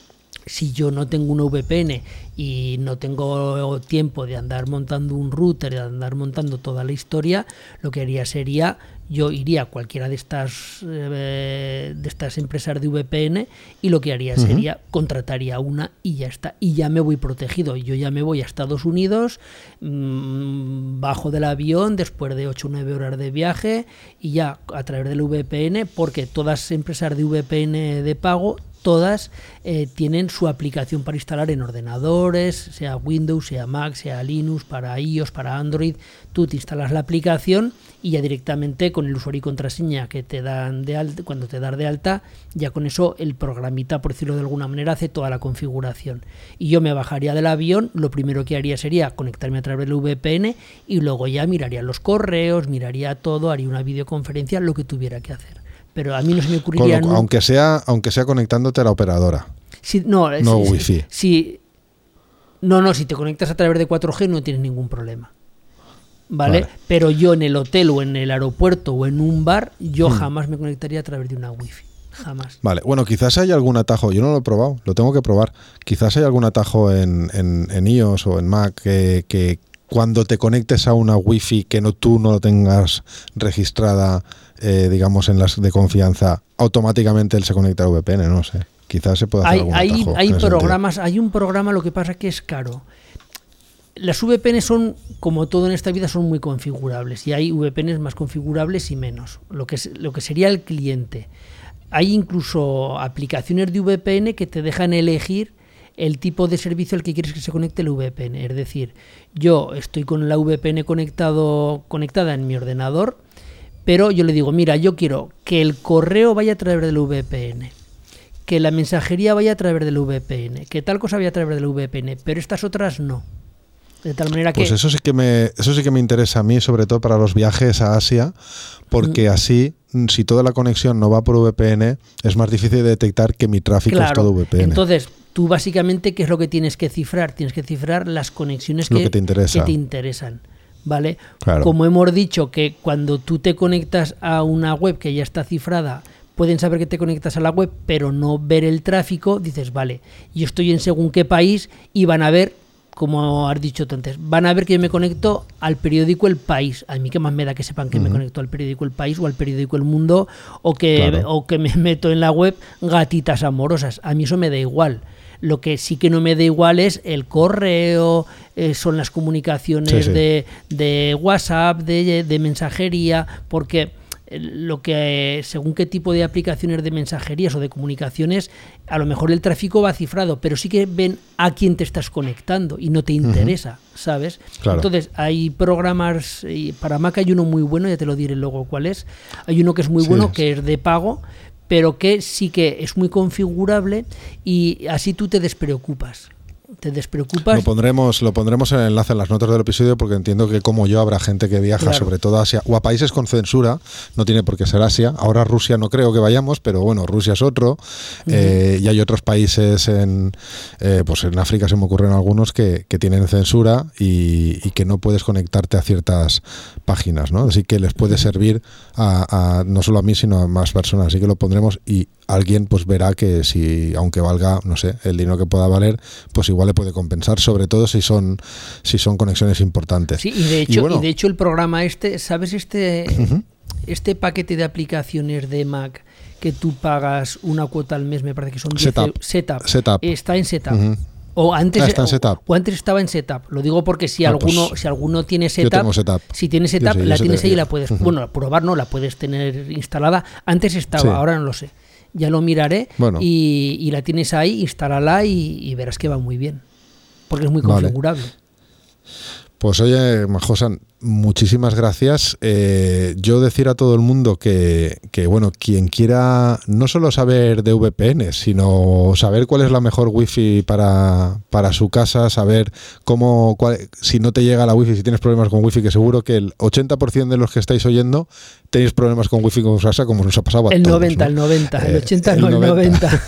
si yo no tengo una V P N y no tengo tiempo de andar montando un router, de andar montando toda la historia, lo que haría sería, yo iría a cualquiera de estas eh, de estas empresas de V P N y lo que haría uh-huh. sería, contrataría una y ya está, y ya me voy protegido. Yo ya me voy a Estados Unidos, mmm, bajo del avión después de ocho o nueve horas de viaje y ya a través del V P N, porque todas las empresas de V P N de pago todas eh, tienen su aplicación para instalar en ordenadores, sea Windows, sea Mac, sea Linux, para iOS, para Android. Tú te instalas la aplicación y ya directamente con el usuario y contraseña que te dan de alta, cuando te das de alta, ya con eso el programita, por decirlo de alguna manera, hace toda la configuración. Y yo me bajaría del avión, lo primero que haría sería conectarme a través del V P N y luego ya miraría los correos, miraría todo, haría una videoconferencia, lo que tuviera que hacer. Pero a mí no se me ocurriría...
Lo, aunque sea aunque sea conectándote a la operadora.
Si, no,
no
si,
wifi.
Si, No, no, si te conectas a través de cuatro G no tienes ningún problema. ¿Vale?
Vale.
Pero yo en el hotel o en el aeropuerto o en un bar, yo
Hmm.
jamás me conectaría a través de una wifi. Jamás.
Vale, bueno, quizás hay algún atajo, yo no lo he probado, lo tengo que probar. Quizás hay algún atajo en, en, en iOS o en Mac que, que cuando te conectes a una wifi que no tú no lo tengas registrada, eh, digamos, en las de confianza, automáticamente él se conecta al V P N, no sé. Quizás se pueda hacer
Hay,
algún
hay,
atajo
hay
en ese
programas, hay un programa, lo que pasa que es caro. Las V P N son, como todo en esta vida, son muy configurables y hay V P Ns más configurables y menos, lo que, es, lo que sería el cliente. Hay incluso aplicaciones de V P N que te dejan elegir el tipo de servicio al que quieres que se conecte el V P N. Es decir, yo estoy con la V P N conectado, conectada en mi ordenador, pero yo le digo, mira, yo quiero que el correo vaya a través del V P N, que la mensajería vaya a través del V P N, que tal cosa vaya a través del V P N, pero estas otras no. De tal manera que...
Pues eso sí que me, eso sí que me interesa a mí, sobre todo para los viajes a Asia, porque mm. así, si toda la conexión no va por V P N, es más difícil de detectar que mi tráfico
claro,
es todo V P N.
Entonces, tú básicamente, ¿qué es lo que tienes que cifrar? Tienes que cifrar las conexiones que,
que, te, interesa.
que te interesan. ¿Vale?
Claro.
Como hemos dicho que cuando tú te conectas a una web que ya está cifrada, pueden saber que te conectas a la web, pero no ver el tráfico, dices, vale, yo estoy en según qué país y van a ver, como has dicho tú antes, van a ver que yo me conecto al periódico El País. A mí qué más me da que sepan que uh-huh. me conecto al periódico El País o al periódico El Mundo o que, claro. o que me meto en la web Gatitas Amorosas. A mí eso me da igual. Lo que sí que no me da igual es el correo, eh, son las comunicaciones sí, sí. De, de WhatsApp, de, de mensajería, porque lo que según qué tipo de aplicaciones de mensajerías o de comunicaciones, a lo mejor el tráfico va cifrado, pero sí que ven a quién te estás conectando y no te interesa, uh-huh. ¿sabes? Claro. Entonces hay programas, y para Mac hay uno muy bueno, ya te lo diré luego cuál es. Hay uno que es muy sí, bueno, es. que es de pago, pero que sí que es muy configurable y así tú te despreocupas. Te despreocupas.
Lo pondremos, lo pondremos en el enlace en las notas del episodio porque entiendo que como yo habrá gente que viaja claro. sobre todo a Asia o a países con censura, no tiene por qué ser Asia. Ahora Rusia no creo que vayamos, pero bueno, Rusia es otro. Uh-huh. Eh, y hay otros países en eh, pues en África se me ocurren algunos que, que tienen censura y, y que no puedes conectarte a ciertas páginas, ¿no? Así que les puede servir a, a no solo a mí sino a más personas. Así que lo pondremos y alguien pues verá que si, aunque valga, no sé, el dinero que pueda valer, pues igual le puede compensar, sobre todo si son si son conexiones importantes.
Sí, y de hecho, y bueno, y de hecho el programa este, ¿sabes este uh-huh. este paquete de aplicaciones de Mac que tú pagas una cuota al mes, me parece que son diez
Setup.
euros, setup,
setup.
Está en Setup.
Uh-huh.
O antes,
ah, está en setup.
O, o antes estaba en Setup. Lo digo porque si
ah,
alguno
pues
si alguno tiene Setup,
setup.
si tienes Setup,
sí,
la tienes ahí y la
yo.
puedes,
Uh-huh.
bueno, probar no, la puedes tener instalada. Antes estaba, sí. ahora no lo sé. Ya lo miraré
bueno.
y, y la tienes ahí, instálala y, y verás que va muy bien. Porque es muy configurable.
Vale. Pues oye, Majosan, muchísimas gracias. Eh, yo decir a todo el mundo que, que, bueno, quien quiera no solo saber de V P N, sino saber cuál es la mejor wifi para, para su casa, saber cómo, cuál, si no te llega la wifi, si tienes problemas con wifi, que seguro que el ochenta por ciento de los que estáis oyendo tenéis problemas con wifi con su casa, como nos ha pasado a
el
todos.
noventa,
¿no?
El noventa,
eh,
el ochenta, el no, el noventa.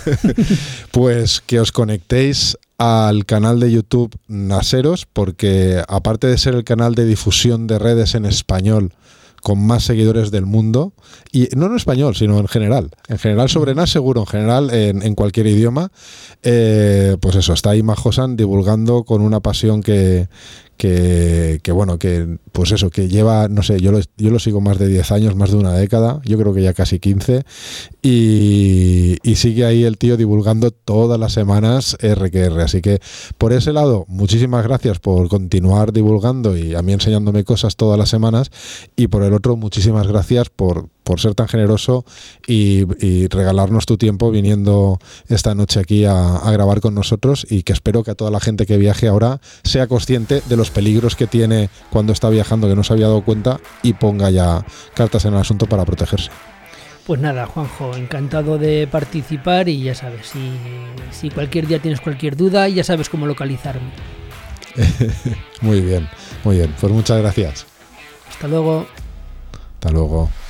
Pues que os conectéis al canal de YouTube Naseros, porque aparte de ser el canal de difusión de redes en español con más seguidores del mundo, y no en español, sino en general, en general sobre N A S seguro, en general en, en cualquier idioma, eh, pues eso, está ahí Majosan divulgando con una pasión que, que, que bueno, que pues eso, que lleva, no sé, yo lo, yo lo sigo más de diez años, más de una década, yo creo que ya casi quince, y, y sigue ahí el tío divulgando todas las semanas R que R, así que por ese lado, muchísimas gracias por continuar divulgando y a mí enseñándome cosas todas las semanas, y por el otro, muchísimas gracias por, por ser tan generoso y, y regalarnos tu tiempo viniendo esta noche aquí a, a grabar con nosotros, y que espero que a toda la gente que viaje ahora sea consciente de los peligros que tiene cuando está viajando, que no se había dado cuenta, y ponga ya cartas en el asunto para protegerse.
Pues nada, Juanjo, encantado de participar, y ya sabes, si, si cualquier día tienes cualquier duda, ya sabes cómo localizarme.
Muy bien, muy bien, pues muchas gracias.
Hasta luego.
Hasta luego.